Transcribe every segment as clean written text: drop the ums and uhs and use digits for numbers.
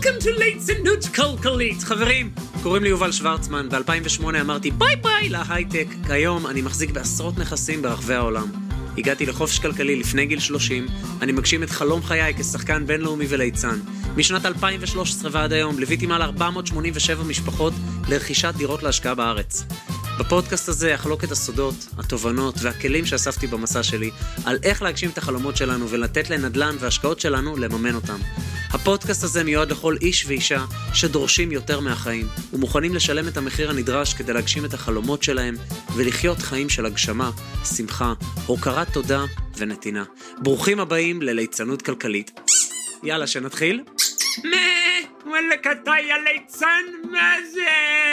Welcome to ליצנות כלכלית. חברים, קוראים לי יובל שוורצמן. ב-2008 אמרתי ביי ביי להייטק. כיום אני מחזיק בעשרות נכסים ברחבי העולם. הגעתי לחופש כלכלי לפני גיל 30. אני מגשים את חלום חיי כשחקן בינלאומי וליצן. משנת 2013 ועד היום ליוויתי מעל 487 משפחות לרכישת דירות להשקעה בארץ. בפודקאסט הזה אחלוק את הסודות, התובנות והכלים שאספתי במסע שלי על איך להגשים את החלומות שלנו ולתת לנדל"ן והשקעות שלנו לממן אותם. הפודקאסט הזה מיועד לכל איש ואישה שדורשים יותר מהחיים ומוכנים לשלם את המחיר הנדרש כדי להגשים את החלומות שלהם ולחיות חיים של הגשמה, שמחה, הוקרת תודה ונתינה. ברוכים הבאים לליצנות כלכלית. יאללה, שנתחיל? וואלה, קטעי הליצן, מה זה?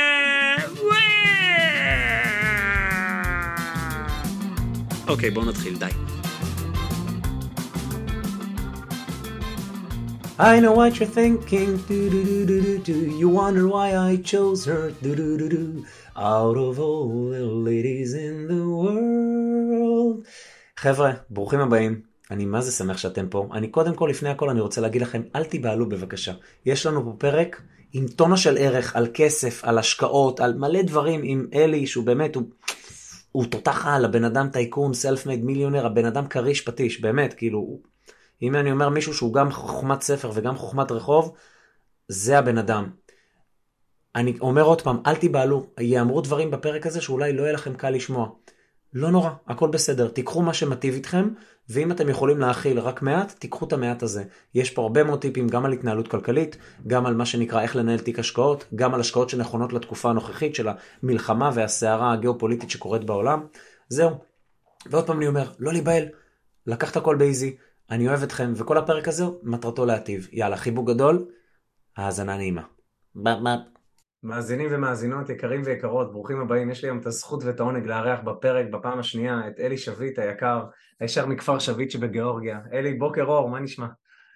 אוקיי, בואו נתחיל, די. I know what you're thinking, do-do-do-do-do. You wonder why I chose her, do-do-do-do. Out of all the ladies in the world. חבר'ה, ברוכים הבאים. אני מה זה שמח שאתם פה. אני קודם כל, לפני הכל, אני רוצה להגיד לכם, אל תיבהלו בבקשה. יש לנו פה פרק עם טונה של ערך, על כסף, על השקעות, על מלא דברים עם אלי, שהוא באמת, הוא תותח על, הבן אדם טייקון, סלף-מייד מיליונר, הבן אדם קריש פטיש, באמת, כאילו, אם אני אומר מישהו שהוא גם חוכמת ספר וגם חוכמת רחוב, זה הבן אדם. אני אומר עוד פעם, אל תיבהלו, יאמרו דברים בפרק הזה שאולי לא יהיה לכם קל לשמוע. לא נורא, הכל בסדר, תיקחו מה שמטיב איתכם, ואם אתם יכולים להכיל רק מעט, תיקחו את המעט הזה. יש פה הרבה מאוד טיפים גם על התנהלות כלכלית, גם על מה שנקרא איך לנהל תיק השקעות, גם על השקעות שנכונות לתקופה הנוכחית של המלחמה והסערה הגיאופוליטית שקורית בעולם. זהו. ועוד פעם אני אומר, לא להיבהל, לקח את הכל באיזי, אני אוהב אתכם, וכל הפרק הזה מטרתו להטיב. יאללה, חיבוק גדול, האזנה נעימה. מאזינים ומאזינות, יקרים ויקרות, ברוכים הבאים. יש לי היום את הזכות ואת העונג לארח בפרק בפעם השנייה את אלי שביט היקר, הישר מכפר שביט שבגיאורגיה. אלי, בוקר אור, מה נשמע?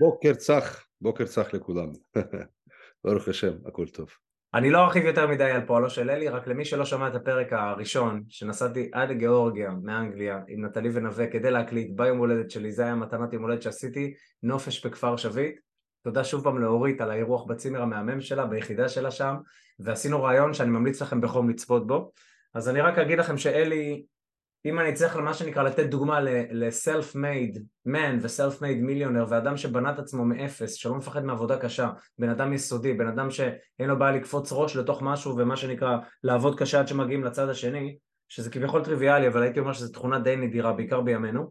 בוקר צח לכולם. ברוך השם, הכל טוב. אני לא ארחיב יותר מדי על פועלו של אלי, רק למי שלא שמע את הפרק הראשון, שנסעתי עד גיאורגיה, מאנגליה, עם נטלי ונווה, כדי להקליט ביום הולדת שלי, זה היה מתנת יום הולדת שעשיתי, נופש בכפר שביט. תודה שוב פעם לאורית על האירוח בצימר המהמם שלה, ביחידה שלה שם, ועשינו רעיון שאני ממליץ לכם בחום לצפות בו. אז אני רק אגיד לכם שאלי, אם אני צריך למה שנקרא לתת דוגמה ל-self-made man ו-self-made millionaire, ואדם שבנה את עצמו מאפס, שלא מפחד מעבודה קשה, בן אדם יסודי, בן אדם שאין לו בעיה לקפוץ ראש לתוך משהו, ומה שנקרא לעבוד קשה עד שמגיעים לצד השני, שזה כביכול טריוויאלי, אבל הייתי אומר שזו תכונה די נדירה, בעיקר בימינו.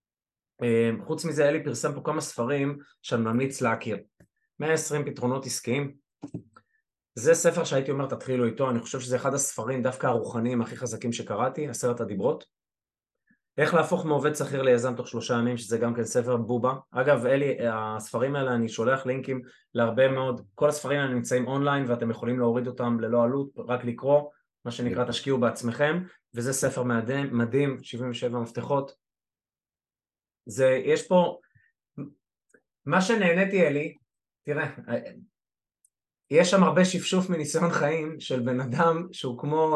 חוץ מזה, אלי פרסם פה כמה ספרים שאני ממליץ להכיר. 120 פתרונות עסקיים. זה ספר שהייתי אומר תתחילו איתו, אני חושב שזה אחד הספרים דווקא הרוחניים הכי חזקים שקראתי, 10 הדיברות. איך להפוך מעובד שכיר ליזם תוך 3 ימים, שזה גם כן ספר בובה. אגב, אלי, הספרים האלה אני שולח לינקים להרבה מאוד, כל הספרים האלה נמצאים אונליין ואתם יכולים להוריד אותם ללא עלות, רק לקרוא, מה שנקרא תשקיעו בעצמכם, וזה ספר מדהים, 77 מפתחות. יש פה, מה שנהניתי אלי, תראה, יש שם הרבה שפשוף מניסיון חיים של בן אדם שהוא כמו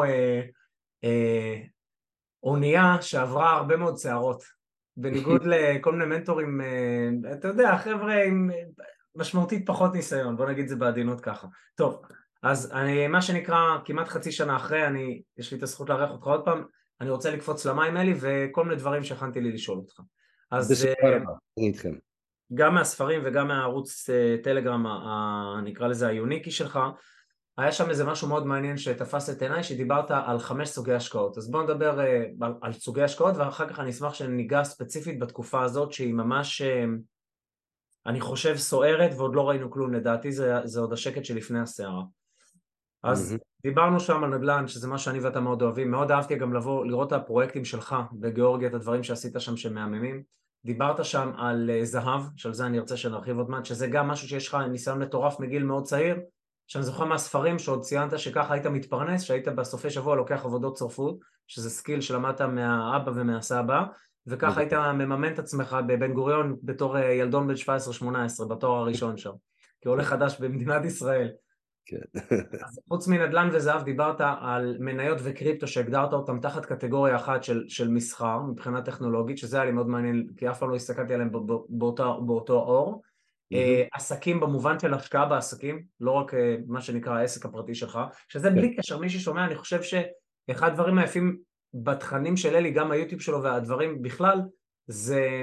אונייה שעברה הרבה מאוד שערות, בניגוד לכל מיני מנטורים, אתה יודע, חבר'ה עם משמעותית פחות ניסיון, בוא נגיד זה בעדינות ככה. טוב, אז מה שנקרא כמעט חצי שנה אחרי, יש לי את הזכות לארח אותך עוד פעם, אני רוצה לקפוץ למים אלי וכל מיני דברים שהכנתי לי לשאול אותך. אז גם מהספרים וגם מהערוץ טלגרם, נקרא לזה היוניקי שלך, היה שם איזה משהו מאוד מעניין שתפס את עיניי, שדיברת על 5 סוגי השקעות. אז בואו נדבר על סוגי השקעות, ואחר כך אני אשמח שניגע ספציפית בתקופה הזאת, שהיא ממש, אני חושב, סוערת, ועוד לא ראינו כלום, לדעתי זה עוד השקט שלפני הסערה. אז דיברנו שם על נדל"ן, שזה מה שאני ואתה מאוד אוהבים, מאוד אהבתי גם לבוא לראות את הפרויקטים שלך בגיאורגיה, את הדברים שעשית שם שמהממים. דיברת שם על זהב, שעל זה אני ארצה שנרחיב עוד מעט, שזה גם משהו שיש לך ניסיון מטורף מגיל מאוד צעיר, שאני זוכר מהספרים שעוד ציינת שככה היית מתפרנס, שהיית בסופי שבוע לוקח עבודות צורפות, שזה סקיל שלמדת מהאבא ומהסבא, וככה היית מממן את עצמך בבן גוריון בתור ילדון בן 17-18, בתואר הראשון שם, כעולה חדש במדינת ישראל. אז חוץ מנדל"ן וזהב דיברת על מניות וקריפטו שהגדרת אותם תחת קטגוריה אחת של מסחר מבחינה טכנולוגית, שזה היה לי מאוד מעניין כי אף פעם לא הסתכלתי עליהם באותו אור, עסקים במובן של השקעה בעסקים, לא רק מה שנקרא העסק הפרטי שלך, שזה כן. בלי קשר, מי ששומע, אני חושב שאחד הדברים היפים בתכנים של אלי, גם היוטיוב שלו והדברים בכלל, זה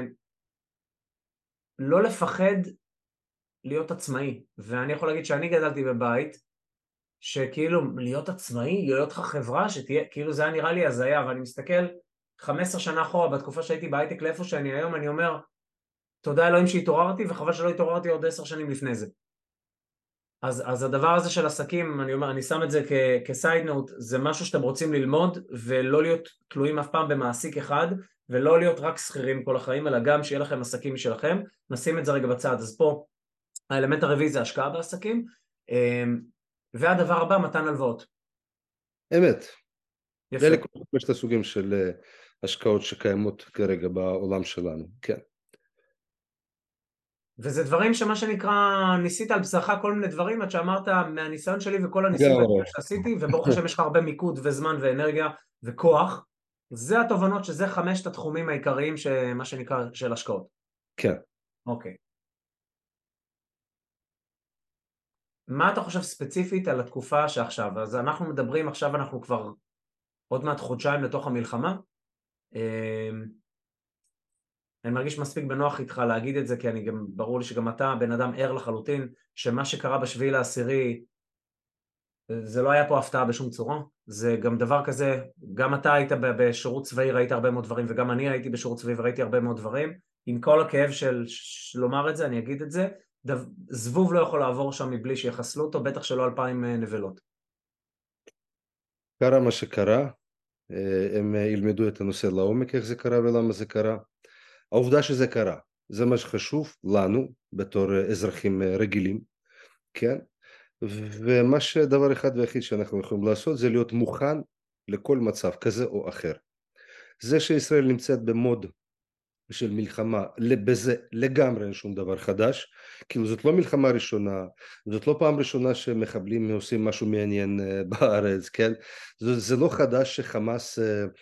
לא לפחד להיות עצמאי. ואני יכול להגיד שאני גדלתי בבית, שכאילו להיות עצמאי, להיות לך חברה, שתהיה, כאילו זה היה נראה לי הזיה, ואני מסתכל 15 שנה אחורה, בתקופה שהייתי בהייטק לאיפה שאני היום, אני אומר, תודה אלוהים שהתעוררתי, וחבל שלא התעוררתי עוד 10 שנים לפני זה. אז הדבר הזה של עסקים, אני אומר, אני שם את זה כסייד נוט, זה משהו שאתם רוצים ללמוד, ולא להיות תלויים אף פעם במעסיק אחד, ולא להיות רק שכירים כל החיים, אלא גם שיהיה לכם עסקים משלכם. נשים את זה רגע בצד. אז פה, האלמנט הרביעי זה השקעה בעסקים, והדבר הבא, מתן הלוואות. אמת. יפה. אלה כל חמשת הסוגים של השקעות שקיימות כרגע בעולם שלנו, כן. וזה דברים שמה שנקרא, ניסית על בשרך כל מיני דברים, עד שאמרת מהניסיון שלי וכל הניסים לגמרי. שעשיתי, וברוך השם יש לך הרבה מיקוד וזמן ואנרגיה וכוח, זה התובנות שזה 5 התחומים העיקריים שמה שנקרא של השקעות. כן. אוקיי. מה אתה חושב ספציפית על התקופה שעכשיו? אז אנחנו מדברים, עכשיו אנחנו כבר עוד מעט חודשיים לתוך המלחמה, אני מרגיש מספיק בנוח איתך להגיד את זה, כי ברור לי שגם אתה בן אדם ער לחלוטין, שמה שקרה בשביעי לעשירי, זה לא היה פה הפתעה בשום צורה, זה גם דבר כזה, גם אתה היית בשירות צבאי, ראית הרבה מאוד דברים, וגם אני הייתי בשירות צבאי וראיתי הרבה מאוד דברים, עם כל הכאב של לומר את זה, אני אגיד את זה, זבוב לא יכול לעבור שם מבלי שיחסלו אותו, בטח שלא 2,000 נבלות. קרה מה שקרה, הם ילמדו את הנושא לעומק, איך זה קרה ולמה זה קרה. העובדה שזה קרה, זה מה שחשוב לנו בתור אזרחים רגילים, כן? ומה שדבר אחד והיחיד שאנחנו יכולים לעשות זה להיות מוכן לכל מצב כזה או אחר. זה שישראל נמצאת במוד של מלחמה, בזה לגמרי אין שום דבר חדש, כאילו זאת לא מלחמה ראשונה, זאת לא פעם ראשונה שמחבלים עושים משהו מעניין בארץ, כן? זה לא חדש שחמאס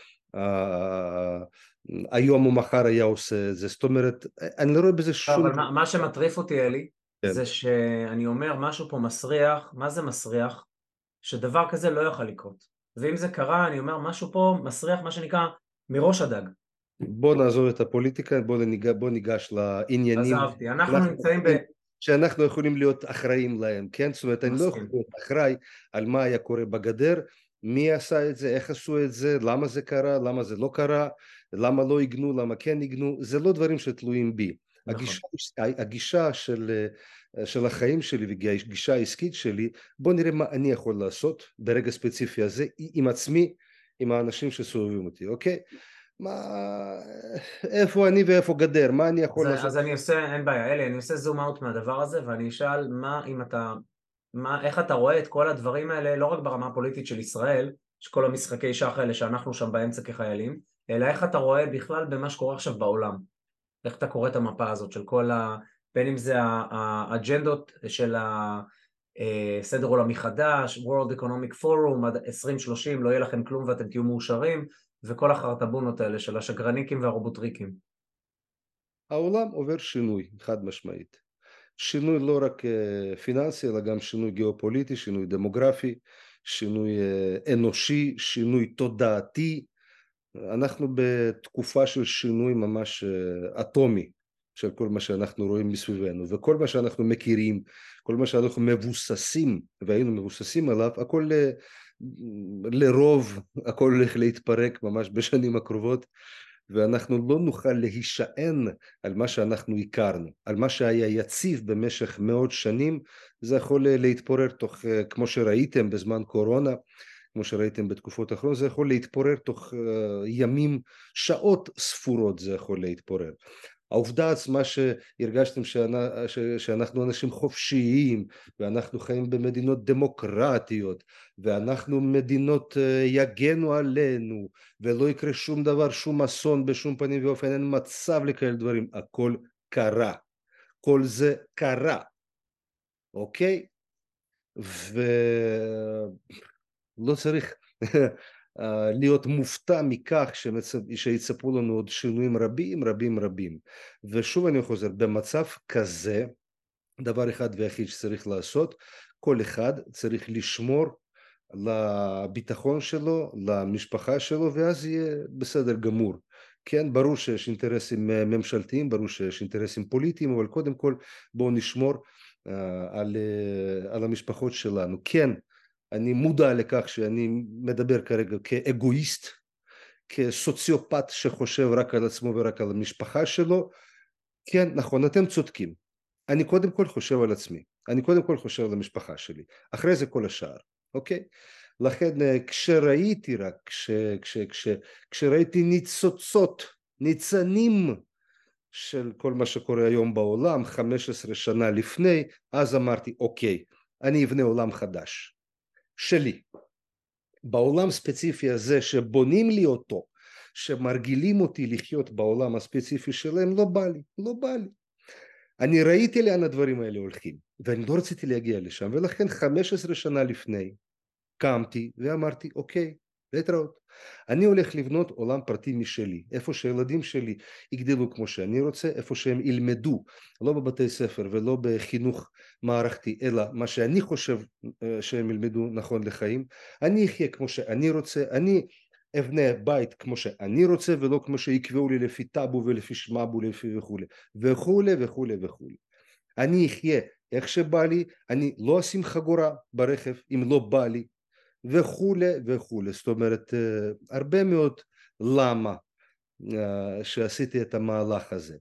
היום או מחר היה עושה את זה, זאת אומרת, אני לא רואה בזה שום... אבל מה שמטריף אותי, אלי, כן. זה שאני אומר משהו פה מסריח, מה זה מסריח? שדבר כזה לא יכול לקרות. ואם זה קרה, אני אומר משהו פה מסריח, מה שנקרא, מראש הדג. בוא נעזוב את הפוליטיקה, בוא ניגש לעניינים. עזבתי, אנחנו נמצאים שאנחנו יכולים להיות אחראים להם, כן? זאת אומרת, אני לא יכול להיות אחראי על מה היה קורה בגדר, מי עשה את זה, איך עשו את זה, למה זה קרה, למה זה לא קרה, למה לא יגנו, למה כן יגנו, זה לא דברים שתלויים בי. נכון. הגישה של החיים שלי וגישה העסקית שלי, בוא נראה מה אני יכול לעשות ברגע ספציפי הזה עם עצמי, עם האנשים שסובבים אותי, אוקיי? איפה אני ואיפה גדר, מה אני יכול לעשות? אז אני עושה, אין בעיה, אלי, אני עושה זום אאוט מהדבר הזה, ואני אשאל איך אתה רואה את כל הדברים האלה, לא רק ברמה הפוליטית של ישראל, שכל המשחקי שח האלה שאנחנו שם באמצע כחיילים, אלא איך אתה רואה בכלל במה שקורה עכשיו בעולם. איך אתה קורא את המפה הזאת של בין אם זה האג'נדות של סדר עולמי חדש, World Economic Forum, עד 2030 לא יהיה לכם כלום ואתם תהיו מאושרים, וכל החרטבונות האלה של השגרניקים והרובוטריקים. העולם עובר שינוי, חד משמעית. שינוי לא רק פיננסי, אלא גם שינוי גיאופוליטי, שינוי דמוגרפי, שינוי אנושי, שינוי תודעתי. אנחנו בתקופה של שינוי ממש אטומי של כל מה שאנחנו רואים מסביבנו, וכל מה שאנחנו מכירים, כל מה שאנחנו מבוססים והיינו מבוססים עליו, הכל לרוב, הכל הולך להתפרק ממש בשנים הקרובות, ואנחנו לא נוכל להישען על מה שאנחנו הכרנו, על מה שהיה יציב במשך מאות שנים, זה יכול להתפורר תוך, כמו שראיתם בזמן קורונה, כמו שראיתם בתקופות האחרונות, זה יכול להתפורר תוך ימים, שעות ספורות זה יכול להתפורר. העובדה עצמה שהרגשתם שאנחנו אנשים חופשיים, ואנחנו חיים במדינות דמוקרטיות, ואנחנו מדינות יגנו עלינו, ולא יקרה שום דבר, שום אסון בשום פנים ואופן, אין מצב לכאלה דברים, הכל קרה. כל זה קרה. אוקיי? ולא צריך להיות מופתע מכך שיצפו לנו עוד שינויים רבים. ושוב אני חוזר, במצב כזה דבר אחד ויחיד שצריך לעשות, כל אחד צריך לשמור לביטחון שלו, למשפחה שלו, ואז יהיה בסדר גמור. כן, ברור שיש אינטרסים ממשלתיים, ברור שיש אינטרסים פוליטיים, אבל קודם כל בואו נשמור על המשפחות שלנו. כן, אני מודע לכך שאני מדבר כרגע כאגואיסט, כסוציופט שחושב רק על עצמו ורק על המשפחה שלו. כן, נכון, אתם צודקים. אני קודם כל חושב על עצמי, אני קודם כל חושב על המשפחה שלי, אחרי זה כל השאר, אוקיי? לכן כשראיתי רק, כשראיתי ניצוצות, ניצנים של כל מה שקורה היום בעולם, 15 שנה לפני, אז אמרתי, אוקיי, אני אבנה עולם חדש, שלי. בעולם ספציפי הזה שבונים לי אותו, שמרגילים אותי לחיות בעולם הספציפי שלהם, לא בא לי, לא בא לי. אני ראיתי לאן הדברים האלה הולכים, ואני לא רציתי להגיע לשם, ולכן 15 שנה לפני, קמתי ואמרתי, אוקיי, להתראות. אני הולך לבנות עולם פרטי משלי, איפה שהילדים שלי יגדלו כמו שאני רוצה, איפה שהם ילמדו, לא בבתי ספר ולא בחינוך מערכתי, אלא מה שאני חושב שהם ילמדו נכון לחיים. אני אחיה כמו שאני רוצה, אני אבנה בית כמו שאני רוצה, ולא כמו שיקבעו לי לפי טאבו ולפי שמאבו וכולי וכולי וכולי וכולי. אני אחיה איך שבא לי, אני לא אשים חגורה ברכב אם לא בא לי, וכולי וכולי. זאת אומרת, הרבה מאוד למה שעשיתי את המהלך הזה.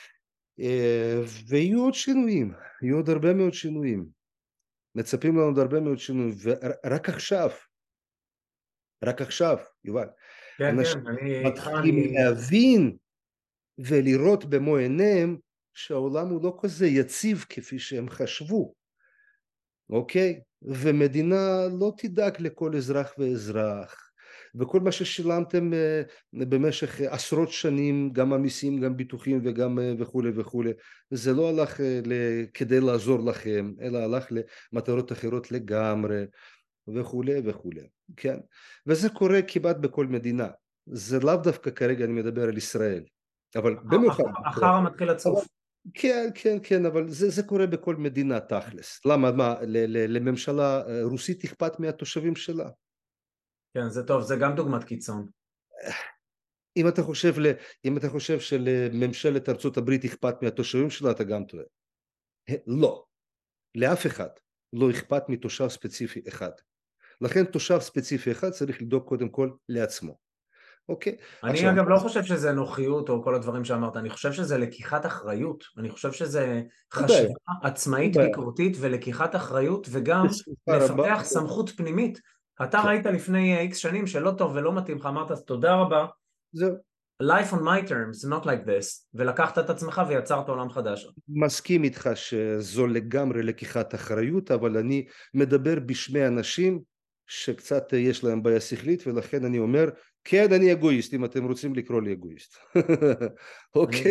ויהיו עוד שינויים, יהיו עוד הרבה מאוד שינויים, מצפים לנו עוד הרבה מאוד שינויים, ורק עכשיו, רק עכשיו, יובל, כן, אנשים כן, אני איתך, מתחילים להבין ולראות במו עיניהם שהעולם הוא לא כזה יציב כפי שהם חשבו, אוקיי? ומדינה לא תדאג לכל אזרח ואזרח, וכל מה ששילמתם במשך עשרות שנים, גם המיסים, גם ביטוחים וגם וכולי וכולי, זה לא הלך כדי לעזור לכם, אלא הלך למטרות אחרות לגמרי, וכולי וכולי, כן? וזה קורה כמעט בכל מדינה. זה לאו דווקא כרגע אני מדבר על ישראל, אבל במיוחד החרא מתחיל לצוף. כן, כן, כן, אבל זה קורה בכל מדינה תכלס. למה? מה, לממשלה רוסית אכפת מהתושבים שלה? כן, זה טוב, זה גם דוגמת קיצון. אם אתה חושב שלממשלת ארצות הברית אכפת מהתושבים שלה, אתה גם טועה. לא, לאף אחד לא אכפת מתושב ספציפי אחד. לכן תושב ספציפי אחד צריך לדאוג קודם כל לעצמו. אוקיי? אני עכשיו, אגב לא חושב שזה נוחיות או כל הדברים שאמרת, אני חושב שזה לקיחת אחריות, אני חושב שזה חשיבה עצמאית ביקורתית ולקיחת אחריות וגם לפתח סמכות פנימית. אתה ראית לפני איקס שנים שלא טוב ולא מתאים לך, אמרת תודה רבה, זהו. life on my terms, not like this, ולקחת את עצמך ויצרת עולם חדש. מסכים איתך שזו לגמרי לקיחת אחריות, אבל אני מדבר בשמי אנשים שקצת יש להם בעיה שכלית, ולכן אני אומר, כן, אני אגואיסט, אם אתם רוצים לקרוא לי אגואיסט. אוקיי?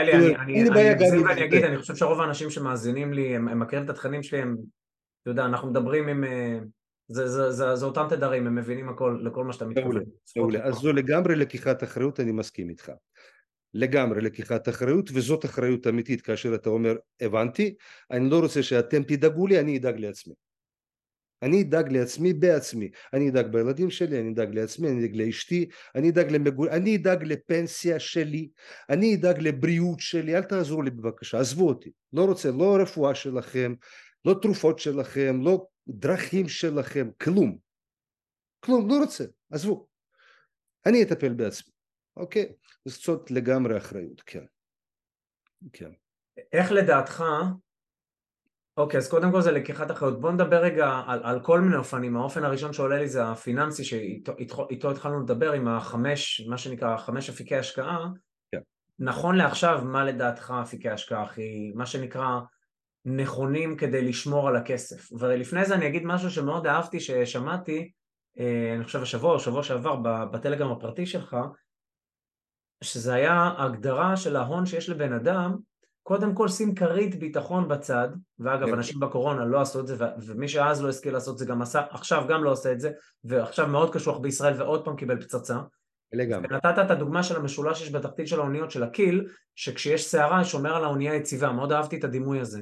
אני חושב שרוב האנשים שמאזינים לי, הם מכירים את התכנים שלי, אתה יודע, אנחנו מדברים עם... זה אותם תדרים, הם מבינים הכל, לכל מה שאתה מתכוון. אז זו לגמרי לקיחת אחריות, אני מסכים איתך. לגמרי לקיחת אחריות, וזאת אחריות אמיתית, כאשר אתה אומר, הבנתי, אני לא רוצה שאתם תדאגו לי, אני אדאג לעצמי. אני אדאג לעצמי בעצמי, אני אדאג בילדים שלי, אני אדאג לעצמי, אני אדאג לאשתי, אני אדאג לפנסיה שלי, אני אדאג לבריאות שלי, אל תעזרו לי בבקשה, עזבו אותי, לא רוצה, לא רפואה שלכם, לא תרופות שלכם, לא דרכים שלכם, כלום, לא רוצה, עזבו, אני אטפל בעצמי, אוקיי? זאת לגמרי אחריות, כן. כן. איך לדעתך, אוקיי, אז קודם כל זה לקיחת אחריות. בוא נדבר רגע על כל מיני אופנים. האופן הראשון שעולה לי זה הפיננסי, שאיתו התחלנו לדבר עם מה שנקרא 5 אפיקי השקעה. כן. נכון לעכשיו, מה לדעתך אפיקי השקעה הכי, מה שנקרא, נכונים כדי לשמור על הכסף? ולפני זה אני אגיד משהו שמאוד אהבתי ששמעתי, אני חושב השבוע או שבוע שעבר בטלגרם הפרטי שלך, שזה היה הגדרה של ההון שיש לבן אדם, קודם כל שים כרית ביטחון בצד, ואגב אנשים בקורונה לא עשו את זה, ומי שאז לא הסכים לעשות זה גם עשה, עכשיו גם לא עושה את זה, ועכשיו מאוד קשוח בישראל ועוד פעם קיבל פצצה. ונתת את הדוגמה של המשולש שיש בתחתית של האוניות של הקיל, שכשיש שערה שומר על האונייה יציבה, מאוד אהבתי את הדימוי הזה.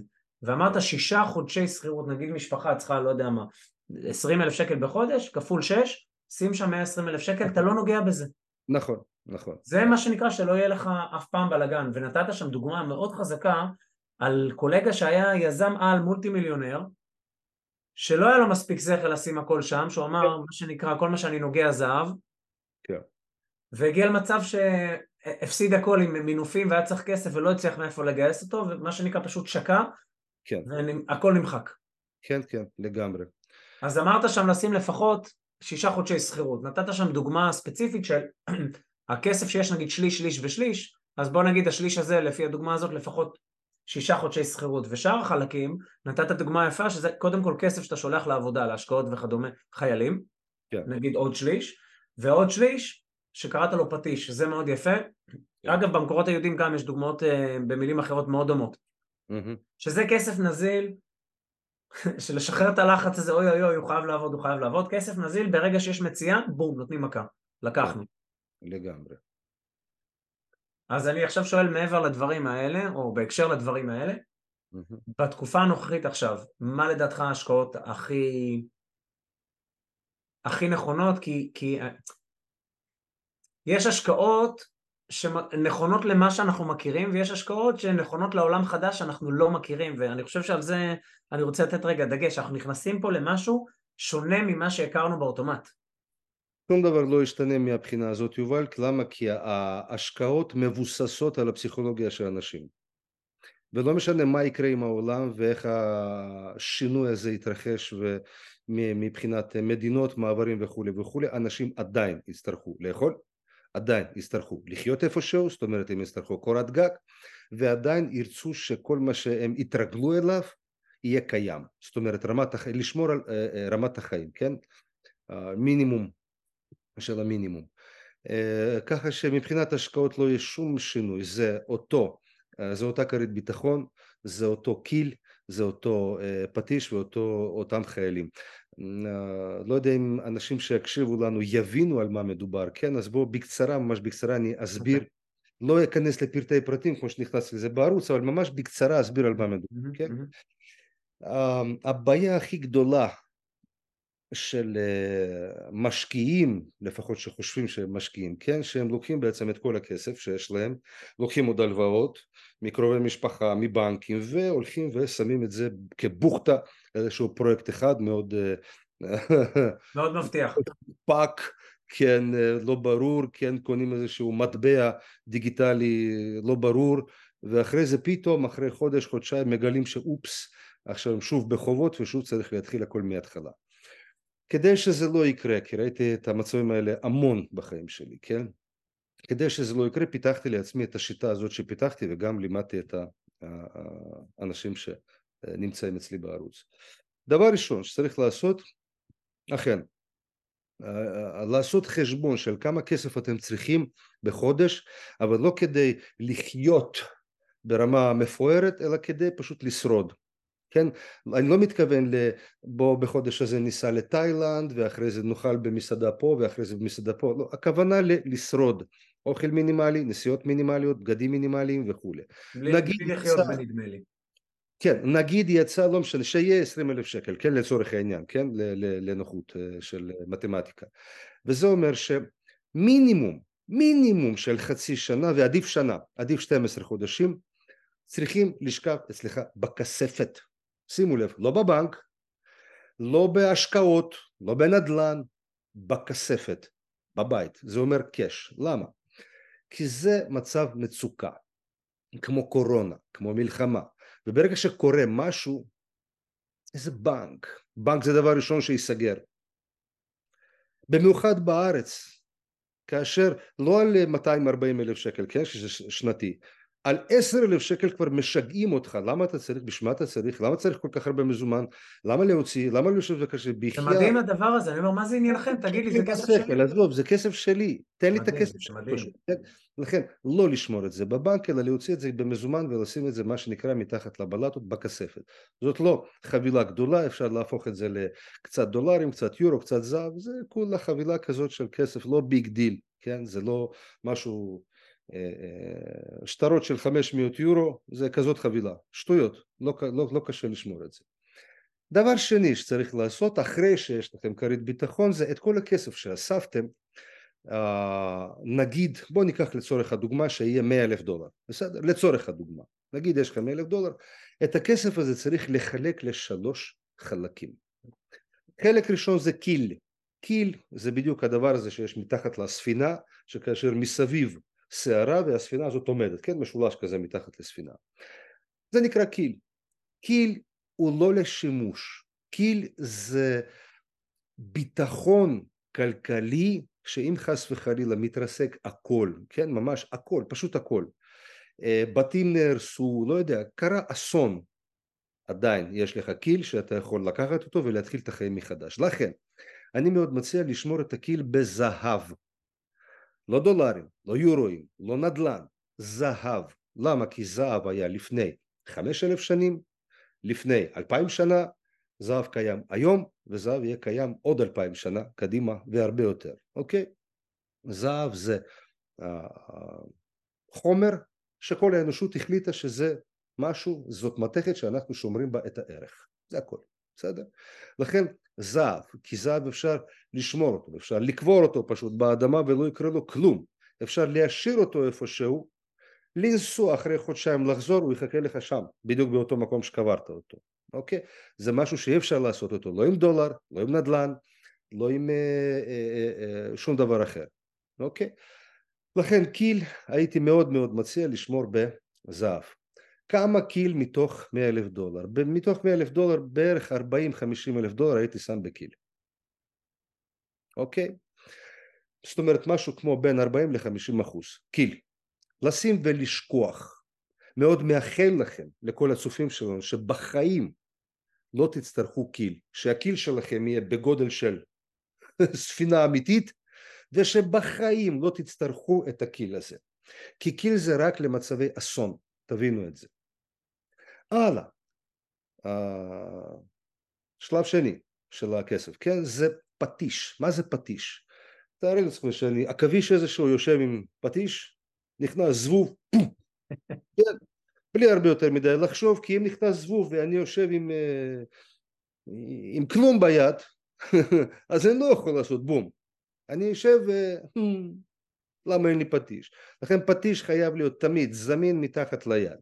ואמרת 6 חודשי שכירות, נגיד משפחה צריכה, לא יודע מה, 20,000 שקל בחודש, כפול 6, שים שם 120,000 שקל, אתה לא נוגע בזה. נכון, נכון. זה מה שנקרא שלא יהיה לך אף פעם בלגן, ונתת שם דוגמה מאוד חזקה על קולגה שהיה יזם על מולטי מיליונר, שלא היה לו מספיק זכר לשים הכל שם, שהוא אמר מה שנקרא כל מה שאני נוגע זהב, כן. והגיע למצב שהפסיד הכל עם מינופים והיה צריך כסף ולא הצליח מאיפה לגייס אותו, ומה שנקרא פשוט שקע, כן. והכל נמחק. כן, כן, לגמרי. אז אמרת שם לשים לפחות 6 חודשי שכירות, נתת שם דוגמה ספציפית של הכסף שיש נגיד שליש, שליש ושליש, אז בוא נגיד השליש הזה לפי הדוגמה הזאת לפחות 6 חודשי שכירות, ושאר החלקים נתת דוגמה יפה שזה קודם כל כסף שאתה שולח לעבודה, להשקעות וכדומה, חיילים, כן. נגיד עוד שליש, ועוד שליש שקראת לו פטיש, זה מאוד יפה. כן. אגב במקורות היהודים גם יש דוגמאות במילים אחרות מאוד דומות, שזה כסף נזיל, שלשחרר את הלחץ הזה, אוי אוי אוי, הוא חייב לעבוד, הוא חייב לעבוד, כסף נזיל, ברגע שיש מציאה, בום, נותנים מכה, לקחנו. לגמרי. אז אני עכשיו שואל מעבר לדברים האלה, או בהקשר לדברים האלה, בתקופה הנוכחית עכשיו, מה לדעתך ההשקעות הכי נכונות? כי יש השקעות שנכונות למה שאנחנו מכירים, ויש השקעות שנכונות לעולם חדש שאנחנו לא מכירים, ואני חושב שעל זה אני רוצה לתת רגע דגש, אנחנו נכנסים פה למשהו שונה ממה שהכרנו באוטומט. שום דבר לא ישתנה מהבחינה הזאת, יובל, למה? כי ההשקעות מבוססות על הפסיכולוגיה של אנשים. ולא משנה מה יקרה עם העולם ואיך השינוי הזה יתרחש מבחינת מדינות, מעברים וכו' וכו', אנשים עדיין יצטרכו לאכול, עדיין יצטרכו לחיות איפשהו, זאת אומרת הם יצטרכו קורת גג, ועדיין ירצו שכל מה שהם יתרגלו אליו יהיה קיים. זאת אומרת לשמור על רמת החיים, כן? מינימום של המינימום. ככה שמבחינת השקעות לא יש שום שינוי, זה אותה כרית ביטחון, זה אותו קיל, זה אותו פטיש ואותם חיילים. לא יודע אם אנשים שיקשיבו לנו יבינו על מה מדובר, כן? אז בואו בקצרה, ממש בקצרה אני אסביר, לא אכנס לפרטי פרטים כמו שנכנס לזה בערוץ, אבל ממש בקצרה אסביר על מה מדובר, כן? הבעיה הכי גדולה של משקיעים, לפחות שחושבים שהם משקיעים, כן, שהם לוקחים בעצם את כל הכסף שיש להם, לוקחים עוד הלוואות מקרובי משפחה, מבנקים, והולכים ושמים את זה כבוכתה, איזשהו פרויקט אחד מאוד מאוד מבטיח. פאק, כן, לא ברור, כן, קונים איזשהו מטבע דיגיטלי לא ברור, ואחרי זה פתאום, אחרי חודש, חודשיים, מגלים שאופס, עכשיו הם שוב בחובות ושוב צריך להתחיל הכל מההתחלה. כדי שזה לא יקרה, כי ראיתי את המצבים האלה המון בחיים שלי, כן? כדי שזה לא יקרה, פיתחתי לעצמי את השיטה הזאת שפיתחתי, וגם לימדתי את האנשים שנמצאים אצלי בערוץ. דבר ראשון שצריך לעשות, אכן, לעשות חשבון של כמה כסף אתם צריכים בחודש, אבל לא כדי לחיות ברמה מפוארת, אלא כדי פשוט לשרוד. כן, אני לא מתכוון בוא בחודש הזה ניסע לתאילנד ואחרי זה נאכל במסעדה פה ואחרי זה במסעדה פה, לא, הכוונה לשרוד, אוכל מינימלי, נסיעות מינימליות, בגדים מינימליים וכו'. נגיד לחיות בנדמה לי. כן, נגיד יצא, לא משנה, שיהיה 20,000 שקל, כן, לצורך העניין, כן, לנוחות של מתמטיקה. וזה אומר מינימום של חצי שנה, ועדיף שנה, עדיף 12 חודשים, צריכים לשכב אצלך בכספת. שימו לב, לא בבנק, לא בהשקעות, לא בנדל"ן, בכספת, בבית. זה אומר קש. למה? כי זה מצב מצוקה, כמו קורונה, כמו מלחמה. וברגע שקורה משהו, איזה בנק זה דבר ראשון שיסגר. במיוחד בארץ, כאשר לא על 240,000 שקל, כן, שנתי, על 10,000 שקל כבר משגעים אותך, למה אתה צריך, בשביל מה אתה צריך, למה צריך כל כך הרבה מזומן, למה להוציא, למה להושב וקשה, זה מדהים הדבר הזה, אני אומר, מה זה עניינכם, תגיד לי, זה כסף שלי. עזוב, זה כסף שלי, תן לי את הכסף שלי. לכן, לא לשמור את זה בבנק, אלא להוציא את זה במזומן ולשים את זה, מה שנקרא, מתחת לבלטות בכספת. זאת לא חבילה גדולה, אפשר להפוך את זה לקצת דולרים, קצת יורו, קצת זהב, זה כולה חבילה כזאת של כסף, לא ביג דיל, כן, זה לא משהו שטרות של 500 יורו, זה כזאת חבילה, שטויות, לא קשה לשמור את זה. דבר שני שצריך לעשות אחרי שיש לכם כרית ביטחון, זה את כל הכסף שאספתם, נגיד, בוא ניקח לצורך הדוגמה שיהיה $100,000, בסדר? לצורך הדוגמה, נגיד יש לכם $100,000, את הכסף הזה צריך לחלק לשלוש חלקים. חלק ראשון זה קיל, קיל זה בדיוק הדבר הזה שיש מתחת לספינה, שכאשר מסביב שערה והספינה הזאת עומדת, כן, משולש כזה מתחת לספינה, זה נקרא קיל. קיל הוא לא לשימוש, קיל זה ביטחון כלכלי שאם חס וחלילה מתרסק הכל, כן, ממש הכל, פשוט הכל, בתים נהרסו, לא יודע, קרה אסון, עדיין יש לך קיל שאתה יכול לקחת אותו ולהתחיל את החיים מחדש. לכן אני מאוד מציע לשמור את הקיל בזהב, לא דולרים, לא יורואים, לא נדל"ן, זהב. למה? כי זהב היה לפני 5,000 שנים, לפני 2,000 שנה, זהב קיים היום, וזהב יהיה קיים עוד 2,000 שנה קדימה והרבה יותר, אוקיי? זהב זה חומר שכל האנושות החליטה שזה משהו, זאת מתכת שאנחנו שומרים בה את הערך, זה הכל, בסדר? לכן זהב, כי זהב אפשר לשמור אותו, אפשר לקבור אותו פשוט באדמה ולא יקרה לו כלום, אפשר להשאיר אותו איפשהו, לנסוע אחרי חודשיים לחזור, הוא יחכה לך שם, בדיוק באותו מקום שקברת אותו, אוקיי? זה משהו שאי אפשר לעשות אותו, לא עם דולר, לא עם נדל"ן, לא עם שום דבר אחר, אוקיי? לכן קיל הייתי מאוד מאוד מציע לשמור בזהב. כמה קיל מתוך $100,000? מתוך $100,000 בערך 40-50,000 דולר הייתי שם בקיל, אוקיי? זאת אומרת משהו כמו בין 40-50% קיל. לשים ולשכוח. מאוד מאחל לכם, לכל הצופים שלנו, שבחיים לא תצטרכו קיל, שהקיל שלכם יהיה בגודל של ספינה אמיתית, ושבחיים לא תצטרכו את הקיל הזה, כי קיל זה רק למצבי אסון, תבינו את זה. הלאה, שלב שני של הכסף, כן, זה פטיש. מה זה פטיש? תארי לעצמכם שאני, עכביש איזשהו יושב עם פטיש, נכנס זבוב, כן, בלי הרבה יותר מדי לחשוב, כי אם נכנס זבוב ואני יושב עם כלום ביד, אז אני לא יכול לעשות בום, אני יושב למה אין לי פטיש? לכן פטיש חייב להיות תמיד זמין מתחת ליד,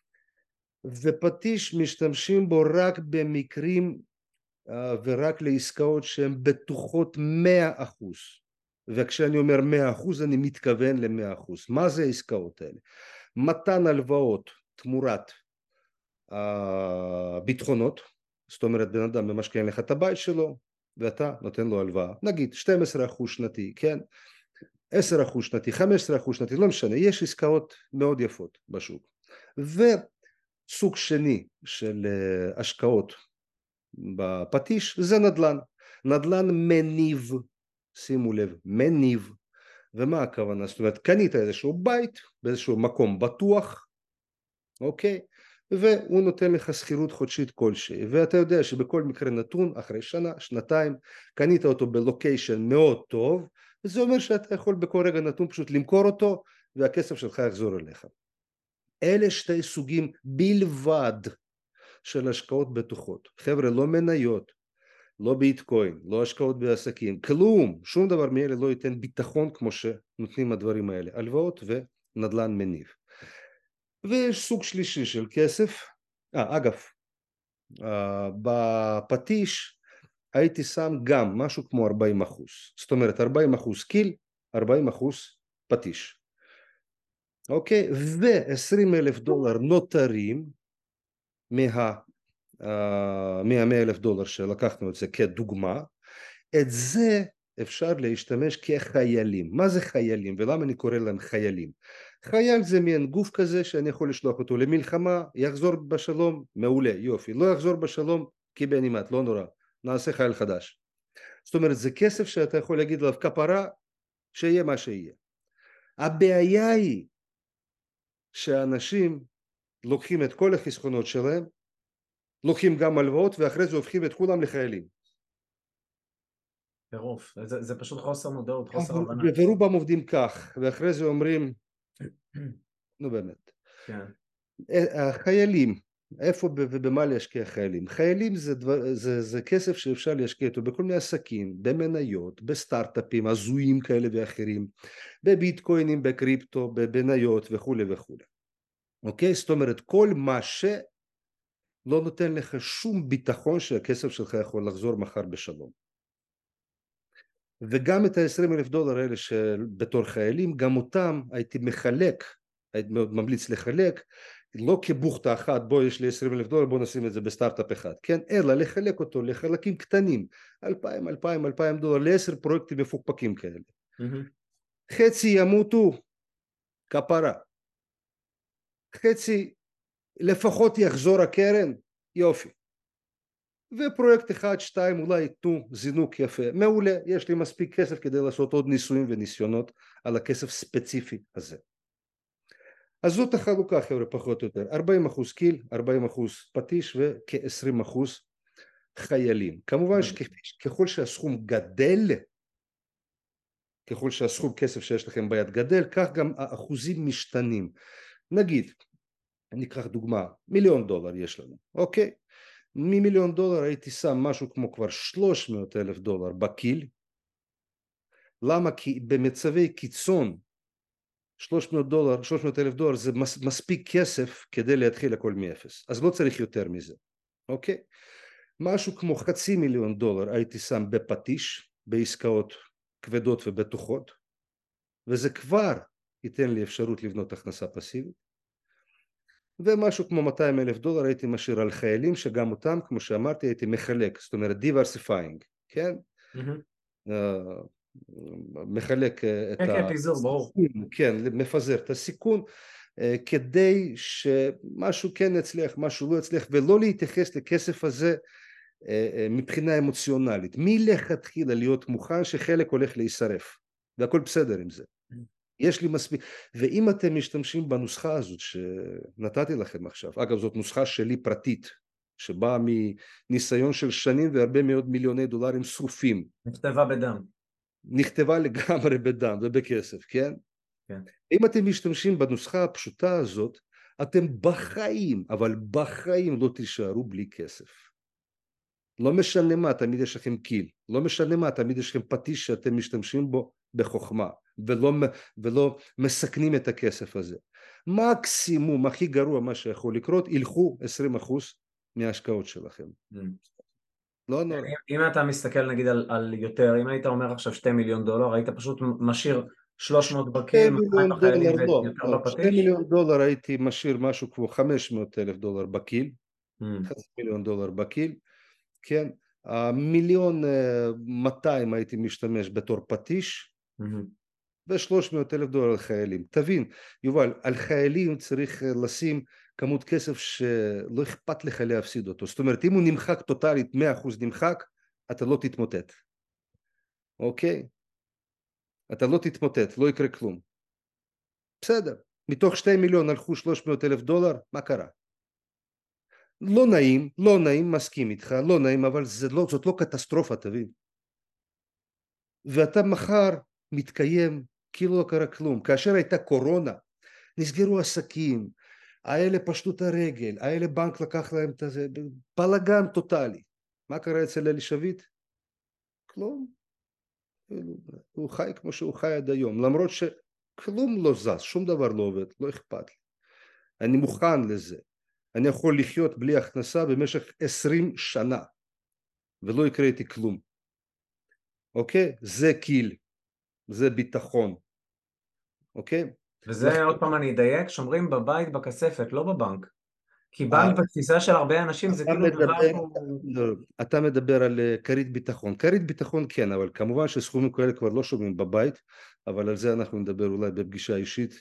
ופטיש משתמשים בו רק במקרים ורק לעסקאות שהן בטוחות 100%, וכשאני אומר 100% אני מתכוון ל100%. מה זה העסקאות האלה? מתן הלוואות תמורת ביטחונות, זאת אומרת בן אדם ממשכן לך את הבית שלו ואתה נותן לו הלוואה, נגיד 12% שנתי, כן, 10% שנתי, 15% שנתי, לא משנה, יש עסקאות מאוד יפות בשוק. וסוג שני של השקעות בפטיש זה נדל"ן, נדל"ן מניב, שימו לב, מניב. ומה הכוונה? זאת אומרת, קנית איזשהו בית באיזשהו מקום בטוח, אוקיי? והוא נותן לך שכירות חודשית כלשהי, ואתה יודע שבכל מקרה נתון אחרי שנה, שנתיים, קנית אותו בלוקיישן מאוד טוב, וזה אומר שאתה יכול בכל רגע נתון פשוט למכור אותו והכסף שלך יחזור אליך. אלה שתי סוגים בלבד של השקעות בטוחות. חבר'ה, לא מניות, לא ביטקוין, לא השקעות בעסקים, כלום, שום דבר מאלה לא ייתן ביטחון כמו שנותנים הדברים האלה, הלוואות ונדל"ן מניב. ויש סוג שלישי של כסף, אגב, בפטיש הייתי שם גם משהו כמו 40%, זאת אומרת 40% קיל, 40% פטיש, אוקיי, ו$20,000 נותרים $100,000 שלקחנו את זה כדוגמה, את זה אפשר להשתמש כחיילים. מה זה חיילים ולמה אני קורא להם חיילים? חייל זה מין גוף כזה שאני יכול לשלוח אותו למלחמה, יחזור בשלום, מעולה, יופי, לא יחזור בשלום, קיבנימט, לא נורא, נעשה חייל חדש. זאת אומרת, זה כסף שאתה יכול להגיד עליו כפרה, שיהיה מה שיהיה. הבעיה היא שאנשים לוקחים את כל החסכונות שלהם, לוקחים גם הלוואות ואחרי זה הופכים את כולם לחיילים. טירוף, זה פשוט חוסר מודעות, חוסר הבנה. ורובם עובדים כך, ואחרי זה אומרים, נו באמת. כן. החיילים, איפה ובמה להשקיע חיילים? חיילים זה כסף שאפשר להשקיע אותו בכל מיני עסקים, במניות, בסטארט-אפים הזויים כאלה ואחרים, בביטקוינים, בקריפטו, במניות וכו' וכו'. אוקיי? זאת אומרת, כל מה שלא נותן לך שום ביטחון שהכסף שלך יכול לחזור מחר בשלום. וגם את $20,000 האלה בתור חיילים, גם אותם הייתי מחלק, הייתי מאוד ממליץ לחלק, לא כבוכתה אחת, בוא יש לי $20,000, בוא נשים את זה בסטארט-אפ אחד, כן? אלא לחלק אותו לחלקים קטנים, $2,000 ל10 פרויקטים מפוקפקים כאלה. חצי ימותו, כפרה. חצי לפחות יחזור הקרן, יופי. ופרויקט אחד, שתיים, אולי ייתנו זינוק יפה. מעולה, יש לי מספיק כסף כדי לעשות עוד ניסויים וניסיונות על הכסף ספציפי הזה. אז זאת החלוקה, חבר'ה, פחות או יותר. 40% קיל, 40% פטיש וכ-20% חיילים. כמובן שככל שהסכום גדל, ככל שהסכום כסף שיש לכם ביד גדל, כך גם האחוזים משתנים. נגיד, ניקח דוגמה, $1,000,000 יש לנו, אוקיי? $1,000,000 הייתי שם משהו כמו כבר $300,000 בקיל. למה? כי במצבי קיצון $300,000 זה מספיק כסף כדי להתחיל הכל מאפס, אז לא צריך יותר מזה, אוקיי? משהו כמו $500,000 הייתי שם בפטיש, בעסקאות כבדות ובטוחות, וזה כבר ייתן לי אפשרות לבנות הכנסה פסיבית. ומשהו כמו $200,000 הייתי משאיר על חיילים, שגם אותם, כמו שאמרתי, הייתי מחלק, זאת אומרת diversifying, כן? מחלק את כן, פיזור, ברור. כן, מפזר את הסיכון, כדי שמשהו כן יצליח, משהו לא יצליח, ולא להתייחס לכסף הזה מבחינה אמוציונלית. מלכתחילה להיות מוכן שחלק הולך להישרף, והכל בסדר עם זה. יש לי מספיק, ואם אתם משתמשים בנוסחה הזאת שנתתי לכם עכשיו, אגב זאת נוסחה שלי פרטית, שבאה מניסיון של שנים והרבה מאוד מיליוני דולרים שרופים. נכתבה בדם. נכתבה לגמרי בדם ובכסף, כן? כן. אם אתם משתמשים בנוסחה הפשוטה הזאת, אתם בחיים, אבל בחיים לא תישארו בלי כסף. לא משנה מה, תמיד יש לכם קיל, לא משנה מה, תמיד יש לכם פטיש שאתם משתמשים בו בחוכמה, ולא מסכנים את הכסף הזה. מקסימום, הכי גרוע מה שיכול לקרות, ילכו 20% מההשקעות שלכם. לא נורא. אם אתה מסתכל נגיד על יותר, אם היית אומר עכשיו $2,000,000, היית פשוט משאיר 300 בקיל, 200 בחיילים ויותר בפטיש? $2,000,000 הייתי משאיר משהו כמו $500,000 בקיל, $500,000 בקיל, כן, $1,200,000 הייתי משתמש בתור פטיש, ו$300,000 על חיילים. תבין, יובל, על חיילים צריך לשים כמות כסף שלא אכפת לך להפסיד אותו. זאת אומרת, אם הוא נמחק טוטלית, 100% נמחק, אתה לא תתמוטט. אוקיי? אתה לא תתמוטט, לא יקרה כלום. בסדר, מתוך 2 מיליון הלכו $300,000, מה קרה? לא נעים, לא נעים, מסכים איתך, לא נעים, אבל זאת לא קטסטרופה, תבין. ואתה מחר מתקיים כאילו לא קרה כלום. כאשר הייתה קורונה, נסגרו עסקים, האלה פשטו את הרגל, האלה בנק לקח להם את זה, בלגן טוטלי. מה קרה אצל אלי שביט? כלום. הוא חי כמו שהוא חי עד היום, למרות שכלום לא זז, שום דבר לא עובד, לא אכפת לי. אני מוכן לזה. אני יכול לחיות בלי הכנסה במשך 20 שנה, ולא יקרה איתי כלום. אוקיי? זה קיל, זה ביטחון. אוקיי? וזה עוד פעם אני אדייק, שומרים בבית בכספת, לא בבנק. כי בנק בתפיסה של הרבה אנשים זה כאילו דבר שהוא... אתה מדבר על כרית ביטחון. כרית ביטחון כן, אבל כמובן שסכומים כאלה כבר לא שומרים בבית, אבל על זה אנחנו נדבר אולי בפגישה אישית,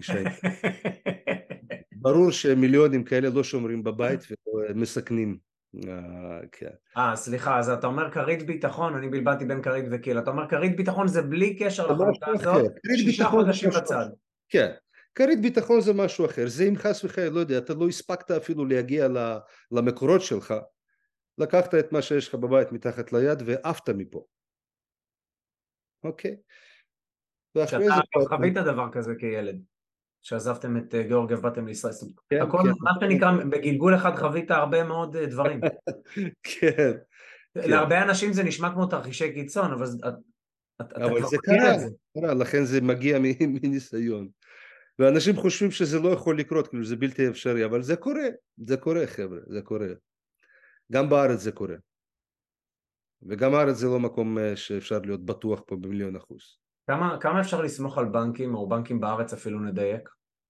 ברור שמיליונים כאלה לא שומרים בבית ומסכנים. סליחה, אז אתה אומר כרית ביטחון, אני בלבדתי בין כרית וקיל, אתה אומר כרית ביטחון זה בלי קשר לחלוקה הזאת, 6 חודשים בצד. כן, כרית ביטחון זה משהו אחר, זה אם חס וחלילה, לא יודע, אתה לא הספקת אפילו להגיע למקורות שלך, לקחת את מה שיש לך בבית מתחת ליד ועפת מפה. אוקיי? שאתה חווית דבר כזה כילד. שעזבתם את גיאורגיה ובאתם לישראל. כן, הכל, כן. מה שנקרא, בגלגול אחד חווית הרבה מאוד דברים. כן, כן. להרבה אנשים זה נשמע כמו תרחישי קיצון, אבל אתה אבל כבר זה מכיר את קרה, זה. לכן זה מגיע מניסיון. ואנשים חושבים שזה לא יכול לקרות, כאילו זה בלתי אפשרי, אבל זה קורה חבר'ה, זה קורה. גם בארץ זה קורה. וגם הארץ זה לא מקום שאפשר להיות בטוח פה ב1,000,000%. כמה אפשר לסמוך על בנקים, או בנקים בארץ אפילו נדייק?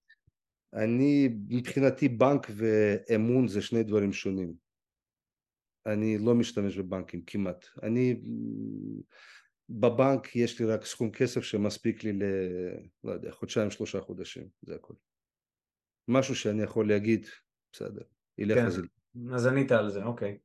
מבחינתי בנק ואמון זה שני דברים שונים. אני לא משתמש בבנקים כמעט. בבנק יש לי רק סכום כסף שמספיק לי לא יודע, 2-3 חודשים, זה הכל. משהו שאני יכול להגיד, בסדר, ילך כן, אז אז ענית על זה, אוקיי.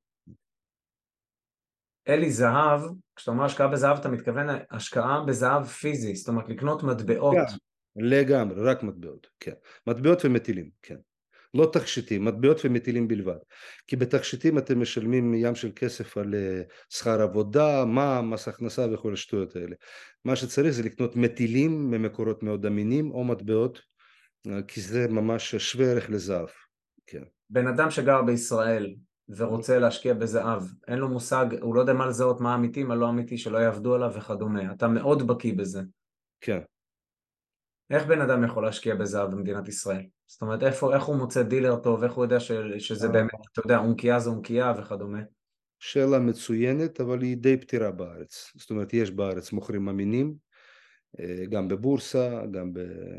אלי, זהב, כשאתה אומר השקעה בזהב, אתה מתכוון השקעה בזהב פיזי, זאת אומרת לקנות מטבעות. לגמרי, רק מטבעות, כן. מטבעות ומטילים, כן. לא תכשיטים, מטבעות ומטילים בלבד. כי בתכשיטים אתם משלמים ים של כסף על שכר עבודה, מס הכנסה וכל השטויות האלה. מה שצריך זה לקנות מטילים ממקורות מאוד אמינים או מטבעות, כי זה ממש שווה ערך לזהב, כן. בן אדם שגר בישראל ורוצה להשקיע בזהב, אין לו מושג, הוא לא יודע מה לזהות, מה אמיתי, מה לא אמיתי, שלא יעבדו עליו וכדומה. אתה מאוד בקיא בזה. כן. איך בן אדם יכול להשקיע בזהב במדינת ישראל? זאת אומרת, איך הוא מוצא דילר טוב, איך הוא יודע שזה באמת, אתה יודע, אונקייה זה אונקייה וכדומה? שאלה מצוינת, אבל היא די פתירה בארץ. זאת אומרת, יש בארץ מוכרים אמינים, גם בבורסה, גם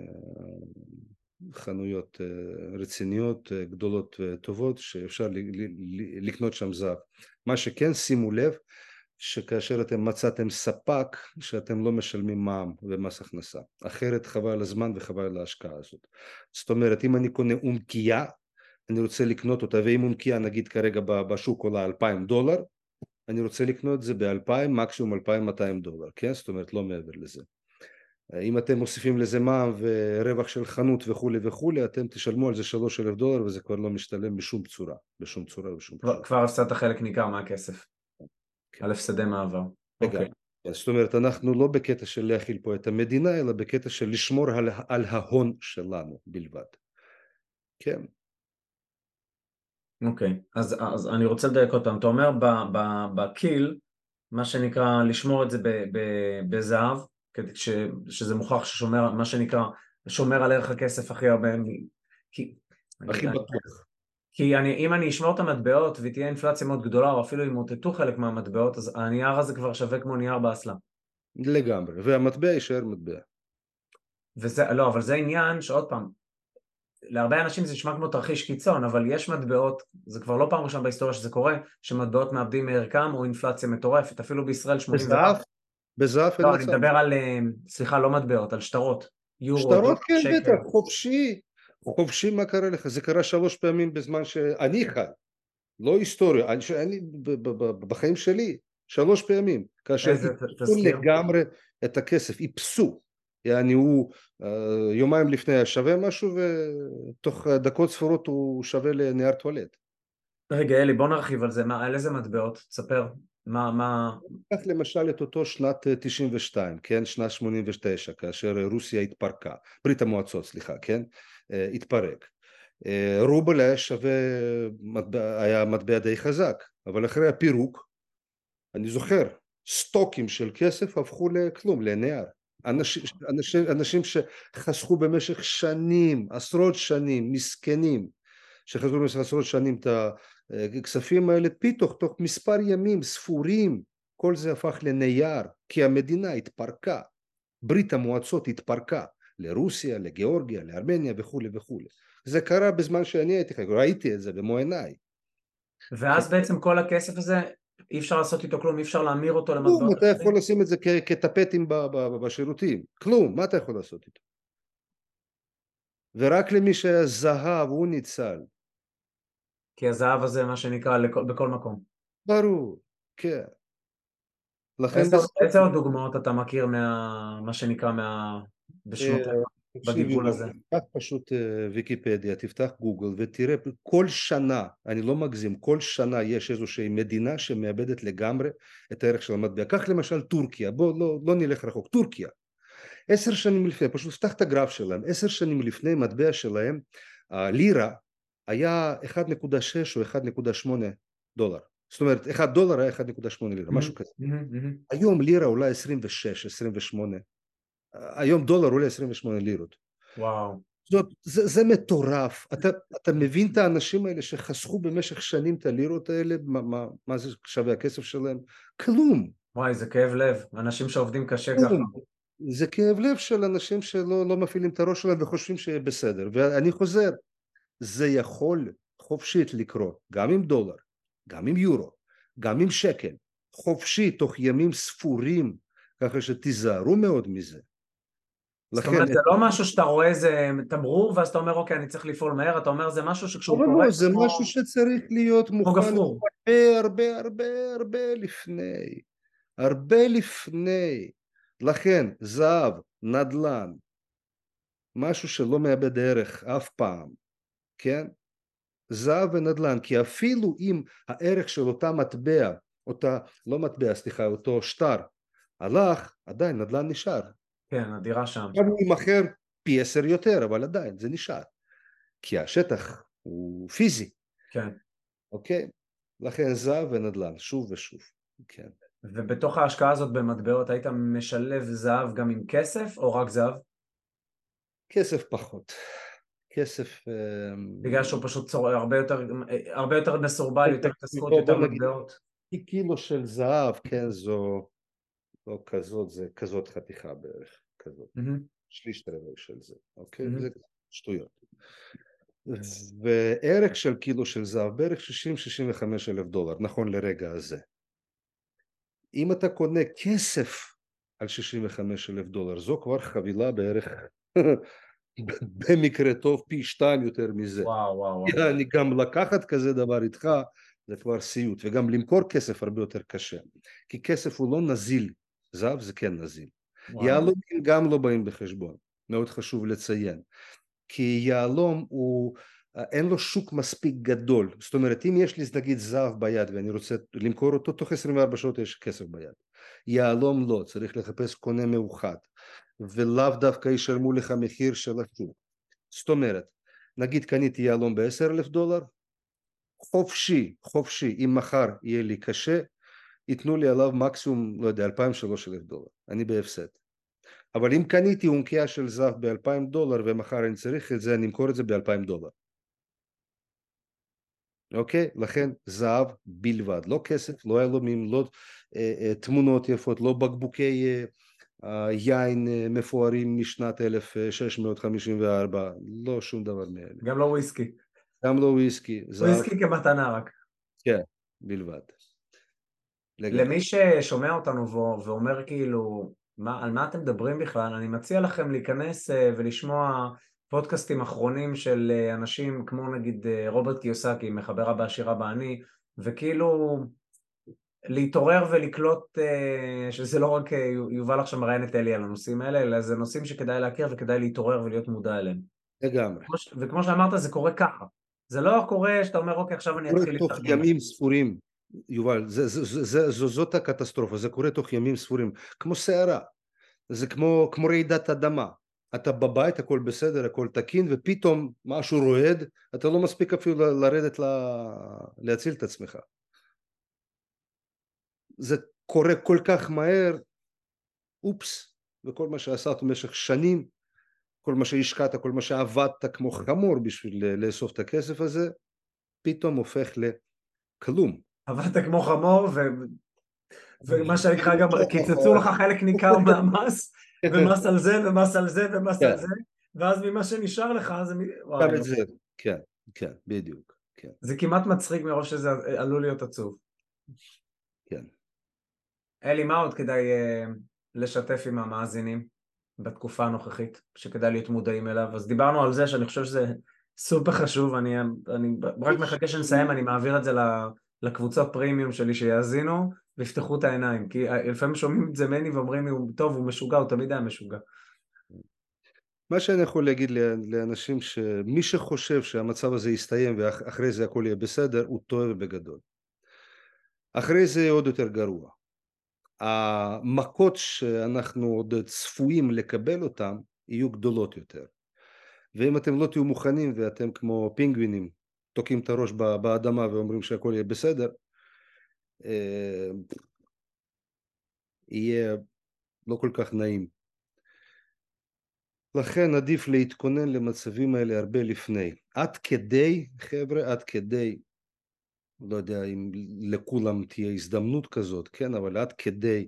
בחנויות רציניות, גדולות וטובות, שאפשר לקנות שם זהב. מה שכן, שימו לב, שכאשר אתם מצאתם ספק, שאתם לא משלמים מע"מ ומס הכנסה. אחרת חבל על הזמן וחבל על ההשקעה הזאת. זאת אומרת, אם אני קונה אונקייה, אני רוצה לקנות אותה, ואם אונקייה נגיד כרגע בשוק עולה $2,000, אני רוצה לקנות את זה ב2,000, מקסימום $2,200, כן? זאת אומרת, לא מעבר לזה. אם אתם מוסיפים לזה מע"מ ורווח של חנות וכולי וכולי, אתם תשלמו על זה $3,000, וזה כבר לא משתלם בשום צורה, בשום צורה ושום צורה. כבר הפסדת חלק ניכר מהכסף, כן. על הפסדי מעבר. אוקיי. זאת אומרת, אנחנו לא בקטע של להכיל פה את המדינה, אלא בקטע של לשמור על ההון שלנו בלבד. כן. אוקיי, אז אני רוצה לדייק אותם. אתה אומר בקיל, מה שנקרא לשמור את זה בזהב, כדי שזה מוכח ששומר, מה שנקרא, שומר על ערך הכסף הכי הרבה, הכי בטוח. כי אם אני אשמור את המטבעות ותהיה אינפלציה מאוד גדולה, או אפילו ימוטטו חלק מהמטבעות, אז הנייר הזה כבר שווה כמו נייר באסלה. לגמרי, והמטבע יישאר מטבע. לא, אבל זה עניין שעוד פעם, להרבה אנשים זה נשמע כמו תרחיש קיצון, אבל יש מטבעות, זה כבר לא פעם ראשונה בהיסטוריה שזה קורה, שמטבעות מאבדים מערכם או אינפלציה מטורפת, אפילו בישראל 84. בזהב לא, אני מדבר על, סליחה, לא מטבעות, על שטרות. יורו, שטרות כן, שקל. בטח, חופשי, מה קרה לך? זה קרה 3 פעמים בזמן שאני חי, לא היסטוריה, אני בחיים שלי, 3 פעמים, כאשר איפסו לגמרי את הכסף, איפסו, יעני הוא יומיים לפני היה שווה משהו, ותוך דקות ספורות הוא שווה לנייר טואלט. רגע, אלי, בוא נרחיב על זה, על איזה מטבעות? תספר, מה... כך למשל את אותו שנת 92, כן, שנת 89, כאשר רוסיה התפרקה, ברית המועצות, סליחה, כן, התפרק. רובל היה שווה, היה מטבע די חזק, אבל אחרי הפירוק, אני זוכר, סטוקים של כסף הפכו לכלום, לנייר. אנשים שחסכו במשך שנים, עשרות שנים, מסכנים, שחסכו במשך עשרות שנים את הכספים האלה, פתאום תוך מספר ימים ספורים, כל זה הפך לנייר, כי המדינה התפרקה, ברית המועצות התפרקה, לרוסיה, לגיאורגיה, לארמניה וכולי וכולי. זה קרה בזמן שאני הייתי חי, ראיתי את זה במו עיניי. ואז בעצם כל הכסף הזה, אי אפשר לעשות איתו כלום, אי אפשר להמיר אותו למטבעות. כלום, אתה יכול לשים את זה כטפטים בשירותים, כלום, מה אתה יכול לעשות איתו? ורק למי שהיה זהב הוא ניצל. כי הזהב הזה מה שנקרא בכל מקום. ברור, כן. איזה עוד דוגמאות אתה מכיר מה שנקרא בשנות בגלגול הזה? תפתח פשוט ויקיפדיה, תפתח גוגל ותראה כל שנה, אני לא מגזים, כל שנה יש איזושהי מדינה שמאבדת לגמרי את הערך של המטבע. כך למשל טורקיה, בוא לא נלך רחוק, טורקיה. 10 שנים לפני, פשוט פתח את הגרף שלהם, 10 שנים לפני מטבע שלהם, הלירה היה 1.6 או 1.8 דולר. זאת אומרת, 1 דולר היה 1.8 לירה, משהו כזה. היום לירה אולי 26, 28. היום דולר עולה 28 לירות. וואו. זה מטורף. אתה מבין את האנשים האלה שחסכו במשך שנים את הלירות האלה, מה זה שווה הכסף שלהם? כלום. וואי, זה כאב לב. אנשים שעובדים קשה ככה. זה כאב לב של אנשים שלא מפעילים את הראש שלהם וחושבים שיהיה בסדר. ואני חוזר, זה יכול חופשית לקרות, גם עם דולר, גם עם יורו, גם עם שקל, חופשי תוך ימים ספורים, ככה שתיזהרו מאוד מזה. זאת אומרת, זה לא משהו שאתה רואה איזה תמרור, ואז אתה אומר, אוקיי, אני צריך לפעול מהר, אתה אומר, זה משהו שכשהוא קורה... זה משהו שצריך להיות מוכן הרבה לפני. הרבה לפני. לכן, זהב, נדל"ן, משהו שלא מאבד ערך אף פעם, כן? זהב ונדל"ן, כי אפילו אם הערך של אותה מטבע, אותו שטר, הלך, עדיין נדל"ן נשאר. כן, הדירה שם. גם הוא יימכר פי 10 יותר, אבל עדיין זה נשאר. כי השטח הוא פיזי. כן. אוקיי? לכן זהב ונדל"ן, שוב ושוב. כן. ובתוך ההשקעה הזאת במטבעות, היית משלב זהב גם עם כסף, או רק זהב? כסף פחות. כסף... בגלל שהוא פשוט הרבה יותר מסורבל, יותר התעסקות, יותר מטבעות. קילו של זהב, כן, זו לא כזאת, זה כזאת חתיכה בערך, כזאת. שליש רבע של זה, אוקיי? זה שטויות. וערך של קילו של זהב בערך 60-65 אלף דולר, נכון לרגע הזה. אם אתה קונה כסף על 65 אלף דולר, זו כבר חבילה בערך במקרה טוב פי 2 יותר מזה. וואו. אני גם לקחת כזה דבר איתך, זה כבר סיוט, וגם למכור כסף הרבה יותר קשה, כי כסף הוא לא נזיל, זהב זה כן נזיל. יהלומים גם לא באים בחשבון, מאוד חשוב לציין, כי יהלום אין לו שוק מספיק גדול. זאת אומרת, אם יש לי נגיד זהב ביד ואני רוצה למכור אותו, תוך 24 שעות יש כסף ביד. יהלום לא, צריך לחפש קונה מאוחד, ולאו דווקא ישלמו לך מחיר של השוק. זאת אומרת, נגיד קניתי יהלום ב10,000 דולר, חופשי, אם מחר יהיה לי קשה, ייתנו לי עליו מקסימום, לא יודע, 2,000-3,000 דולר, אני בהפסד. אבל אם קניתי אונקיה של זהב ב2,000 דולר ומחר אני צריך את זה, אני אמכור את זה ב2,000 דולר. אוקיי? לכן זהב בלבד, לא כסף, לא יהלומים, לא תמונות יפות, לא בקבוקי יין מפוארים משנת 1654, לא שום דבר מאלה. גם לא וויסקי. גם לא וויסקי. וויסקי כמתנה רק. כן, בלבד. למי ששומע אותנו ואומר כאילו, על מה אתם מדברים בכלל, אני מציע לכם להיכנס ולשמוע פודקאסטים אחרונים של אנשים כמו נגיד רוברט קיוסקי, מחבר הבא עשיר הבא אני, וכאילו להתעורר ולקלוט שזה לא רק יובל עכשיו מראיין את אלי על הנושאים האלה, אלא זה נושאים שכדאי להכיר וכדאי להתעורר ולהיות מודע אליהם. לגמרי. וכמו שאמרת, זה קורה ככה. זה לא קורה שאתה אומר, אוקיי, עכשיו אני אתחיל תוך ימים ספורים, יובל, זאת הקטסטרופה, זה קורה תוך ימים ספורים, כמו סערה, זה כמו רעידת אדמה. אתה בבית, הכל בסדר, הכל תקין, ופתאום משהו רועד, אתה לא מספיק אפילו לרדת להציל את עצמך. זה קורה כל כך מהר, אופס, וכל מה שעשת במשך שנים, כל מה שהשקעת, כל מה שעבדת כמו חמור בשביל לאסוף את הכסף הזה, פתאום הופך לכלום. עבדת כמו חמור, ומה שנקרא גם קיצצו לך חלק ניכר מהמס, ומס על זה, ומס על זה, ומס על זה, ואז ממה שנשאר לך, זה... כן, בדיוק. זה כמעט מצחיק מרוב שזה עלול להיות עצוב. כן. אלי, מה עוד כדאי לשתף עם המאזינים בתקופה הנוכחית, שכדאי להיות מודעים אליו? אז דיברנו על זה שאני חושב שזה סופר חשוב, אני רק מחכה שנסיים, אני מעביר את זה לקבוצות פרימיום שלי שיאזינו, ויפתחו את העיניים, כי לפעמים שומעים את זה מני ואומרים לי, טוב, הוא משוגע, הוא תמיד היה משוגע. מה שאני יכול להגיד לאנשים, שמי שחושב שהמצב הזה יסתיים ואחרי זה הכל יהיה בסדר, הוא טועה בגדול. אחרי זה עוד יותר גרוע. המכות שאנחנו עוד צפויים לקבל אותן יהיו גדולות יותר. ואם אתם לא תהיו מוכנים ואתם כמו פינגווינים, תוקעים את הראש באדמה ואומרים שהכל יהיה בסדר, יהיה לא כל כך נעים. לכן עדיף להתכונן למצבים האלה הרבה לפני. עד כדי, חבר'ה, עד כדי, לא יודע אם לכולם תהיה הזדמנות כזאת, כן, אבל עד כדי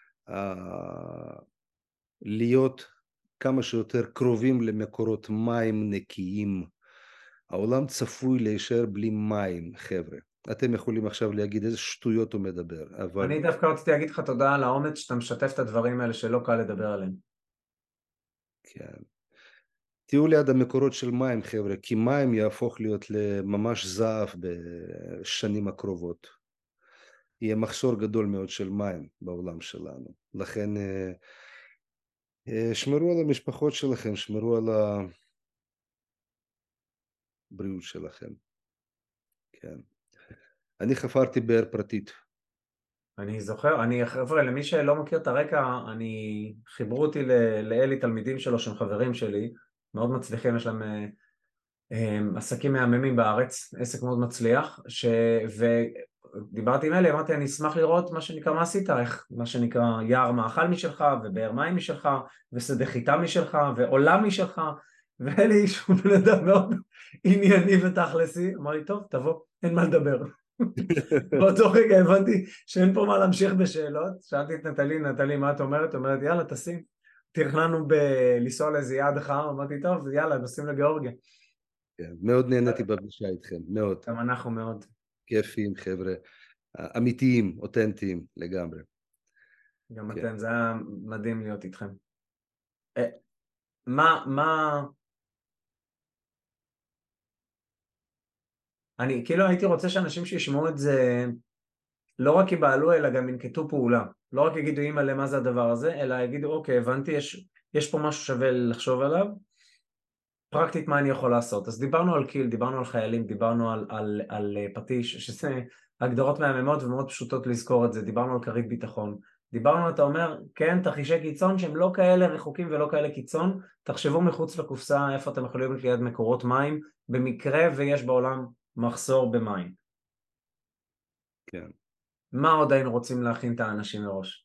להיות כמה שיותר קרובים למקורות מים נקיים. העולם צפוי להישאר בלי מים, חבר'ה. אתם יכולים עכשיו להגיד איזה שטויות הוא מדבר, אבל... אני דווקא רציתי להגיד לך תודה על האומץ שאתה משתף את הדברים האלה שלא קל לדבר עליהם. כן. תהיו ליד המקורות של מים, חבר'ה, כי מים יהפוך להיות לממש זהב בשנים הקרובות. יהיה מחסור גדול מאוד של מים בעולם שלנו. לכן שמרו על המשפחות שלכם, שמרו על הבריאות שלכם. כן. אני חפרתי באר פרטית. אני זוכר, חבר'ה, למי שלא מכיר את הרקע, חיברו אותי לאלי תלמידים שלו שהם חברים שלי, מאוד מצליחים, יש להם עסקים מהממים בארץ, עסק מאוד מצליח, ודיברתי עם אלי, אמרתי, אני אשמח לראות מה שנקרא, מה עשית, איך מה שנקרא יער מאכל משלך, ובאר מים משלך, ושדה חיטה משלך, ועולם משלך, ואלי שהוא בן אדם מאוד ענייני ותכלסי, אמר לי, טוב, תבוא, אין מה לדבר. באותו רגע הבנתי שאין פה מה להמשיך בשאלות, שאלתי את נטלי, מה את אומרת? אומרת, יאללה, תשים. תכננו לנסוע לאיזה יעד אחר, אמרתי, טוב, יאללה, נוסעים לגיאורגיה. כן, מאוד נהניתי בפגישה איתכם, מאוד. גם אנחנו מאוד. כיפים, חבר'ה, אמיתיים, אותנטיים לגמרי. גם כן. אתם, זה היה מדהים להיות איתכם. מה... אני כאילו הייתי רוצה שאנשים שישמעו את זה לא רק יבעלו אלא גם ינקטו פעולה, לא רק יגידו אימא למה זה הדבר הזה, אלא יגידו אוקיי, הבנתי, יש פה משהו שווה לחשוב עליו, פרקטית מה אני יכול לעשות. אז דיברנו על קיל, דיברנו על חיילים, דיברנו על פטיש, שזה הגדרות מהממות ומאוד פשוטות לזכור את זה, דיברנו על כרית ביטחון, דיברנו, אתה אומר, כן, תרחישי קיצון שהם לא כאלה רחוקים ולא כאלה קיצון, תחשבו מחוץ לקופסה איפה אתם יכולים ליד מקורות מים, במקרה ויש בעולם מחסור במים. כן. מה עוד היינו רוצים להכין את האנשים מראש?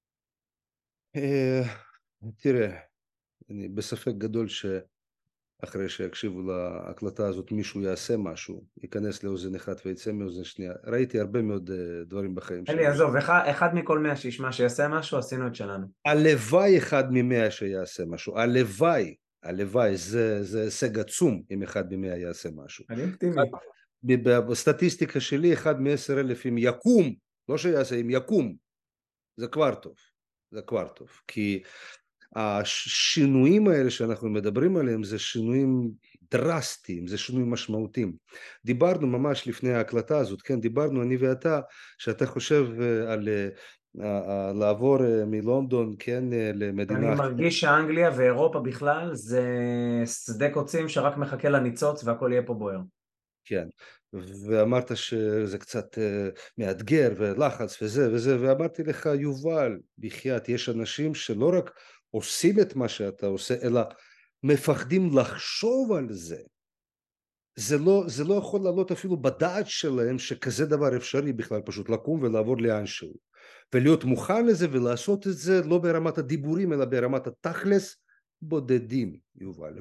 תראה, אני בספק גדול שאחרי שיקשיבו להקלטה הזאת מישהו יעשה משהו, ייכנס לאוזן אחת ויצא מאוזן שנייה. ראיתי הרבה מאוד דברים בחיים שלי. אלי, עזוב, אחד מכל 100 שישמע שיעשה משהו, עשינו את שלנו. הלוואי אחד מ100 שיעשה משהו, הלוואי, זה הישג עצום אם אחד מ100 יעשה משהו. אני אופטימי. בסטטיסטיקה שלי 1 מ10,000 אם יקום, לא שיעשה, אם יקום, זה כבר טוב, זה כבר טוב, כי השינויים האלה שאנחנו מדברים עליהם זה שינויים דרסטיים, זה שינויים משמעותיים. דיברנו ממש לפני ההקלטה הזאת, כן, דיברנו אני ואתה, שאתה חושב על לעבור מלונדון, כן, למדינה... אני מרגיש שאנגליה ואירופה בכלל זה שדה קוצים שרק מחכה לניצוץ והכל יהיה פה בוער. כן, ואמרת שזה קצת מאתגר ולחץ וזה, ואמרתי לך, יובל, בחייאת, יש אנשים שלא רק עושים את מה שאתה עושה, אלא מפחדים לחשוב על זה. זה לא יכול לעלות אפילו בדעת שלהם שכזה דבר אפשרי בכלל, פשוט לקום ולעבור לאנשהו. ולהיות מוכן לזה ולעשות את זה לא ברמת הדיבורים, אלא ברמת התכלס, בודדים, יובל,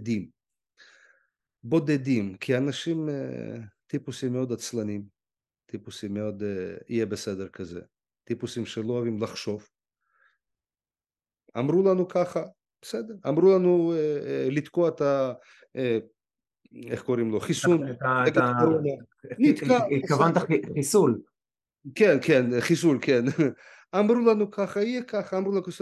בודדים, כי אנשים טיפוסים מאוד עצלנים, טיפוסים מאוד יהיה בסדר כזה, טיפוסים שלא אוהבים לחשוב. אמרו לנו ככה, בסדר, אמרו לנו לתקוע את איך קוראים לו, חיסון, התכוונת חיסול. כן, חיסול, כן. אמרו לנו ככה, יהיה ככה, אמרו לנו ככה,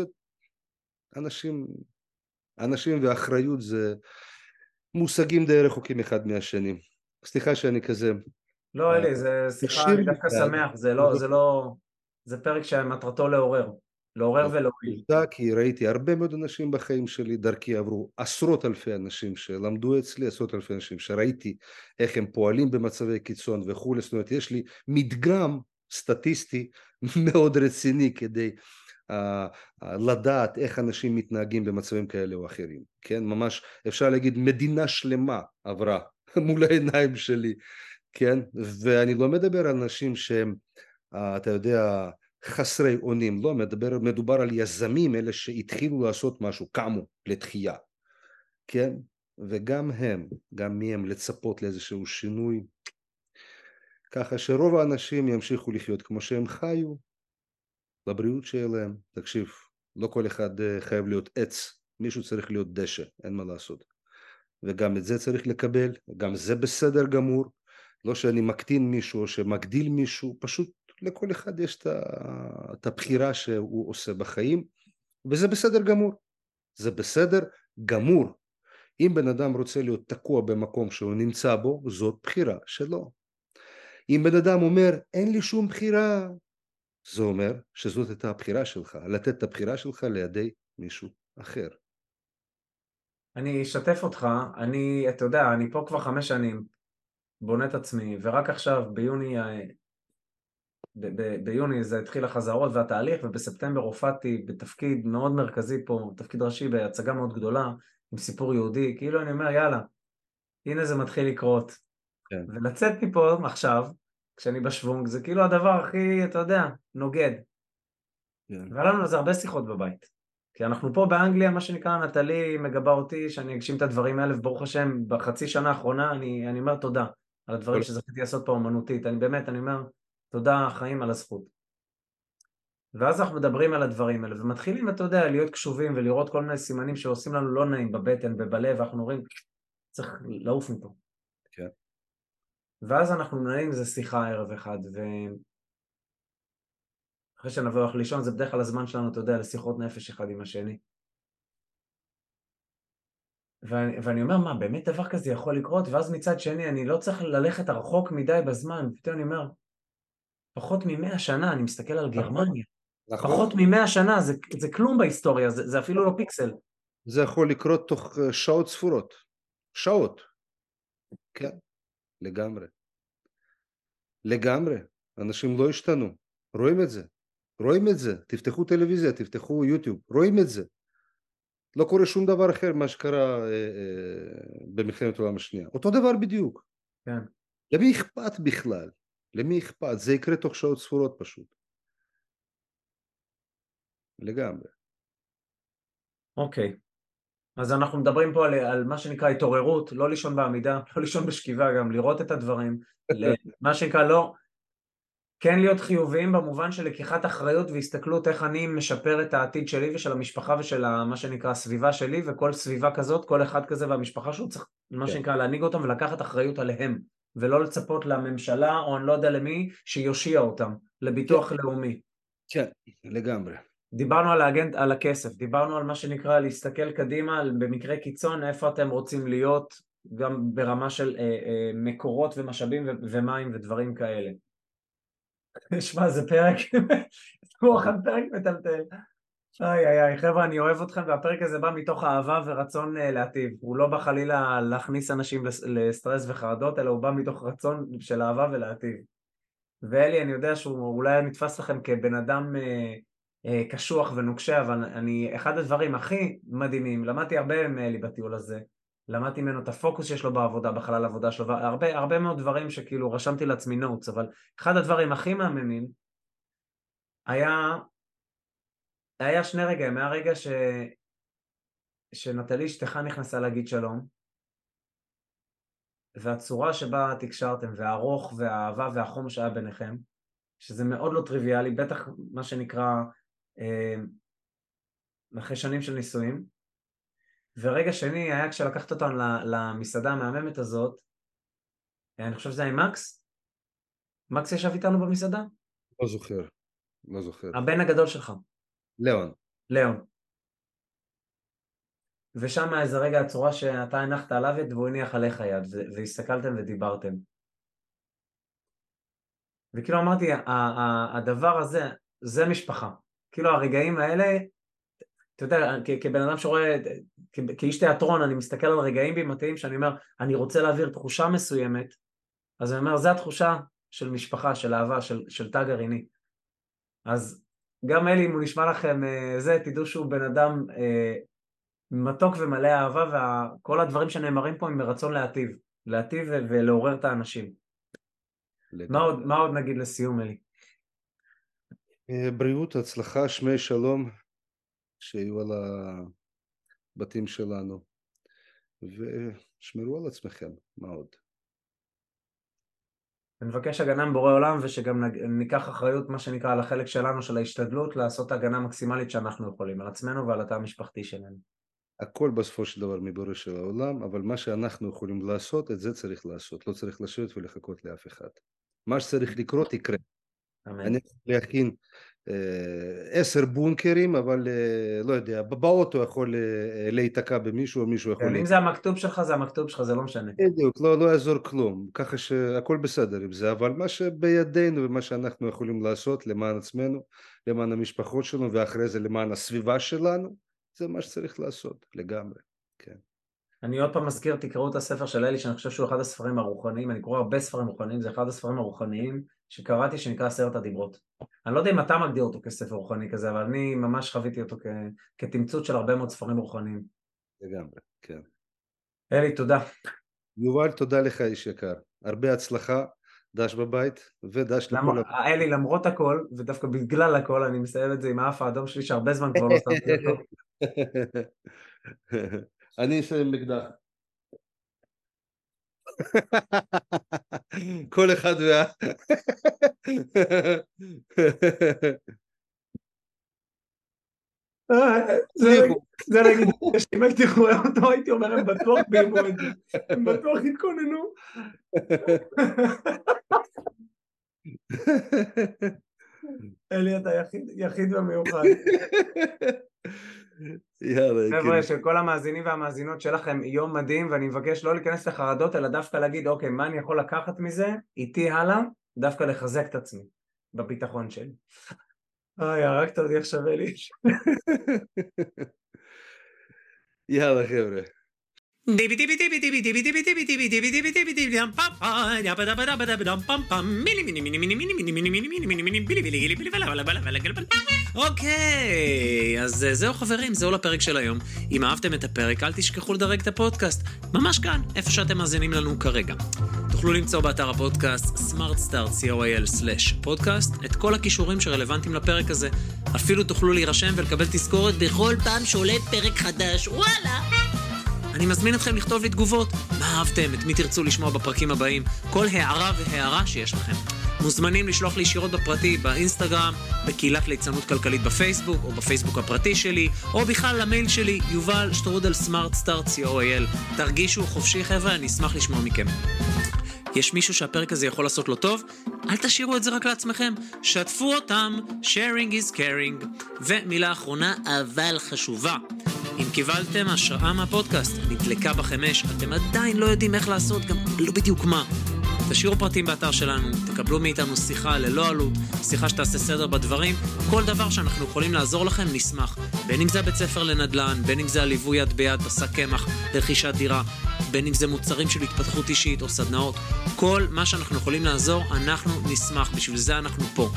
אנשים ואחריות זה מושגים די רחוקים אחד מהשני. סליחה שאני כזה... לא, אלי, זה שיחה, אני דווקא שמח, זה פרק שמטרתו לעורר ולהועיל. כי ראיתי הרבה מאוד אנשים בחיים שלי, דרכי עברו עשרות אלפי אנשים שלמדו אצלי, עשרות אלפי אנשים שראיתי איך הם פועלים במצבי קיצון וכו', זאת אומרת, יש לי מדגם סטטיסטי מאוד רציני כדי לדעת איך אנשים מתנהגים במצבים כאלה או אחרים, כן? ממש אפשר להגיד מדינה שלמה עברה מול העיניים שלי, כן? ואני לא מדבר על אנשים שהם, אתה יודע, חסרי אונים, לא, מדובר על יזמים, אלה שהתחילו לעשות משהו, קמו לתחייה, כן? וגם הם, גם מהם לצפות לאיזשהו שינוי, ככה שרוב האנשים ימשיכו לחיות כמו שהם חיו, לבריאות שיהיה להם. תקשיב, לא כל אחד חייב להיות עץ, מישהו צריך להיות דשא, אין מה לעשות. וגם את זה צריך לקבל, גם זה בסדר גמור, לא שאני מקטין מישהו או שמגדיל מישהו, פשוט לכל אחד יש את הבחירה שהוא עושה בחיים, וזה בסדר גמור. זה בסדר גמור. אם בן אדם רוצה להיות תקוע במקום שהוא נמצא בו, זאת בחירה שלו. אם בן אדם אומר, אין לי שום בחירה, זה אומר שזאת הייתה הבחירה שלך, לתת את הבחירה שלך לידי מישהו אחר. אני אשתף אותך, אתה יודע, אני פה כבר 5 שנים, בונה את עצמי, ורק עכשיו, ביוני זה התחיל החזרות והתהליך, ובספטמבר הופעתי בתפקיד מאוד מרכזי פה, תפקיד ראשי בהצגה מאוד גדולה, עם סיפור יהודי, כאילו אני אומר, יאללה, הנה זה מתחיל לקרות. כן. ולצאת מפה עכשיו, כשאני בשוונג, זה כאילו הדבר הכי, אתה יודע, נוגד. כן. והיה לנו לזה הרבה שיחות בבית. כי אנחנו פה באנגליה, מה שנקרא, נטלי מגבה אותי, שאני אגשים את הדברים האלה, וברוך השם, בחצי שנה האחרונה, אני אומר תודה על הדברים שזכיתי לעשות פה אומנותית. אני אומר, תודה חיים על הזכות. ואז אנחנו מדברים על הדברים האלה, ומתחילים, אתה יודע, להיות קשובים ולראות כל מיני סימנים שעושים לנו לא נעים בבטן ובלב, ואנחנו אומרים, צריך לעוף מפה. כן. ואז אנחנו מנהלים איזה שיחה ערב אחד, אחרי שנבוא לך לישון, זה בדרך כלל הזמן שלנו, אתה יודע, לשיחות נפש אחד עם השני. ואני אומר, מה, באמת דבר כזה יכול לקרות? ואז מצד שני, אני לא צריך ללכת רחוק מדי בזמן. פתאום אני אומר, פחות מ100 שנה, אני מסתכל על גרמניה. נכון. פחות מ100 שנה, זה כלום בהיסטוריה, זה אפילו לא פיקסל. זה יכול לקרות תוך שעות ספורות. שעות. כן, לגמרי. לגמרי. אנשים לא השתנו. רואים את זה. רואים את זה. תפתחו טלוויזיה, תפתחו יוטיוב. רואים את זה. לא קורה שום דבר אחר מה שקרה במלחמת העולם השנייה. אותו דבר בדיוק. כן. למי אכפת בכלל? למי אכפת? זה יקרה תוך שעות ספורות פשוט. לגמרי. אוקיי. אז אנחנו מדברים פה על מה שנקרא התעוררות, לא לישון בעמידה, לא לישון בשכיבה גם, לראות את הדברים, מה שנקרא לא, כן להיות חיוביים במובן של לקיחת אחריות והסתכלות איך אני משפר את העתיד שלי ושל המשפחה ושל מה שנקרא הסביבה שלי, וכל סביבה כזאת, כל אחד כזה והמשפחה שלו צריך מה שנקרא להנהיג אותם ולקחת אחריות עליהם, ולא לצפות לממשלה או אני לא יודע למי שיושיע אותם, לביטוח לאומי. כן, לגמרי. דיברנו על הכסף, דיברנו על מה שנקרא להסתכל קדימה, במקרה קיצון איפה אתם רוצים להיות, גם ברמה של מקורות ומשאבים ומים ודברים כאלה. שמע, זה פרק, כמו אחד פרק מטלטל. איי, חבר'ה, אני אוהב אתכם, והפרק הזה בא מתוך אהבה ורצון להטיב. הוא לא בא חלילה להכניס אנשים לסטרס וחרדות, אלא הוא בא מתוך רצון של אהבה ולהטיב. ואלי, אני יודע שהוא אולי נתפס לכם כבן אדם קשוח ונוקשה, אבל אחד הדברים הכי מדהימים, למדתי הרבה מאלי בטיול הזה, למדתי ממנו את הפוקוס שיש לו בעבודה, בחלל העבודה שלו, הרבה מאוד דברים שכאילו רשמתי לעצמי נוטס, אבל אחד הדברים הכי מהממים היה 2 רגעים, מהרגע שנטלי אשתך נכנסה להגיד שלום, והצורה שבה תקשרתם, והרוך והאהבה והחום שהיה ביניכם, שזה מאוד לא טריוויאלי, בטח מה שנקרא אחרי שנים של נישואים, ורגע שני היה כשלקחת אותנו למסעדה המהממת הזאת, אני חושב שזה היה עם מקס? מקס ישב איתנו במסעדה? לא זוכר. הבן הגדול שלך. ליאון. ושם איזה רגע הצורה שאתה הנחת עליו יד והוא הניח עליך יד, והסתכלתם ודיברתם. וכאילו אמרתי, הדבר הזה, זה משפחה. כאילו הרגעים האלה, אתה יודע, כבן אדם שרואה, כאיש תיאטרון, אני מסתכל על רגעים בימתיים שאני אומר, אני רוצה להעביר תחושה מסוימת, אז אני אומר, זה התחושה של משפחה, של אהבה, של תא גרעיני. אז גם אלי, אם הוא נשמע לכם תדעו שהוא בן אדם מתוק ומלא אהבה, וכל הדברים שנאמרים פה הם מרצון להטיב ולעורר את האנשים. מה עוד נגיד לסיום, אלי? בריאות, הצלחה, שמי שלום, שיהיו על הבתים שלנו, ושמרו על עצמכם, מה עוד? אני מבקש הגנה מבורא עולם, ושגם ניקח אחריות, מה שנקרא, על החלק שלנו, של ההשתדלות, לעשות הגנה מקסימלית שאנחנו יכולים, על עצמנו ועל התא המשפחתי שלנו. הכל בסופו של דבר מבורא של העולם, אבל מה שאנחנו יכולים לעשות, את זה צריך לעשות, לא צריך לשבת ולחכות לאף אחד. מה שצריך לקרות יקרה. אני יכול להכין 10 בונקרים, אבל לא יודע, באוטו יכול להיתקע במישהו, או מישהו יכול... אם זה המכתוב שלך, זה המכתוב שלך, זה לא משנה. בדיוק, לא יעזור כלום, ככה שהכל בסדר עם זה, אבל מה שבידינו ומה שאנחנו יכולים לעשות למען עצמנו, למען המשפחות שלנו, ואחרי זה למען הסביבה שלנו, זה מה שצריך לעשות, לגמרי, כן. אני עוד פעם מזכיר, תקראו את הספר של אלי, שאני חושב שהוא אחד הספרים הרוחניים, אני קורא הרבה ספרים רוחניים, זה אחד הספרים הרוחניים שקראתי, שנקרא 10 הדיברות. אני לא יודע אם אתה מגדיר אותו כספר רוחני כזה, אבל אני ממש חוויתי אותו כתמצות של הרבה מאוד ספרים רוחניים. לגמרי, כן. אלי, תודה. יובל, תודה לך איש יקר, הרבה הצלחה, דש בבית ודש לכל... אלי, למרות הכל, ודווקא בגלל הכל, אני מסיים את זה עם האף האדום שלי, שהרבה זמן כבר לא שמתי אותו. אני אסיים מקדח. כל אחד זה נגיד, אם הייתי רואה אותו, הייתי אומר, הם בטוח ביימו את זה, הם בטוח התכוננו. אלי, אתה יחיד ומיוחד. חבר'ה, שכל המאזינים והמאזינות שלכם יום מדהים, ואני מבקש לא להיכנס לחרדות, אלא דווקא להגיד, אוקיי, מה אני יכול לקחת מזה, איתי הלאה, דווקא לחזק את עצמי, בביטחון שלי. הרגת אותי עכשיו, אלי. יאללה, חבר'ה. אוקיי, אז זהו חברים, זהו לפרק של היום. אם אהבתם את הפרק, אל תשכחו לדרג את הפודקאסט, ממש כאן, איפה שאתם מאזינים לנו כרגע. תוכלו למצוא באתר הפודקאסט smartstart.co.il/podcast את כל הכישורים שרלוונטיים לפרק הזה. אפילו תוכלו להירשם ולקבל תזכורת בכל פעם שעולה פרק חדש. וואלה! אני מזמין אתכם לכתוב לי תגובות, מה אהבתם, את מי תרצו לשמוע בפרקים הבאים, כל הערה והערה שיש לכם. מוזמנים לשלוח לי ישירות בפרטי, באינסטגרם, בקהילת ליצנות כלכלית בפייסבוק, או בפייסבוק הפרטי שלי, או בכלל למייל שלי, yuval@smartstart.co.il. תרגישו חופשי חבר'ה, אני אשמח לשמוע מכם. יש מישהו שהפרק הזה יכול לעשות לו טוב? אל תשאירו את זה רק לעצמכם, שתפו אותם, sharing is caring. ומילה אחרונה, אבל חשובה. אם קיבלתם השראה מהפודקאסט, נדלקה בכם אש, אתם עדיין לא יודעים איך לעשות, גם לא בדיוק מה. תשאירו פרטים באתר שלנו, תקבלו מאיתנו שיחה ללא עלות, שיחה שתעשה סדר בדברים, כל דבר שאנחנו יכולים לעזור לכם נשמח. בין אם זה בית ספר לנדל"ן, בין אם זה הליווי יד ביד, עשה קמח, לרכישת דירה, בין אם זה מוצרים של התפתחות אישית או סדנאות, כל מה שאנחנו יכולים לעזור, אנחנו נשמח, בשביל זה אנחנו פה.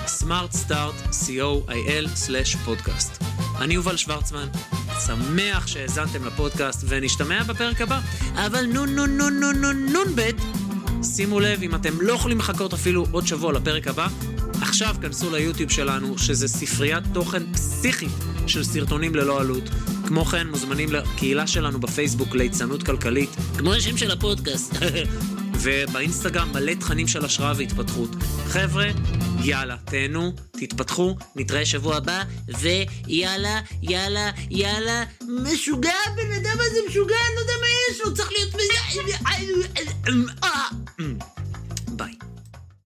smartstart.co.il/podcast. אני יובל שוורצמן, שמח שהאזנתם לפודקאסט ונשתמע בפרק הבא. אבל נון בית, שימו לב, אם אתם לא יכולים לחכות אפילו עוד שבוע לפרק הבא, עכשיו כנסו ליוטיוב שלנו, שזה ספריית תוכן פסיכית של סרטונים ללא עלות. כמו כן, מוזמנים לקהילה שלנו בפייסבוק ליצנות כלכלית, כמו השם של הפודקאסט. ובאינסטגרם מלא תכנים של השראה והתפתחות. חבר'ה, יאללה, תהנו, תתפתחו, נתראה שבוע הבא, ויאללה, יאללה, יאללה, משוגע, בן אדם הזה משוגע, אני לא יודע מה יש לו, צריך להיות...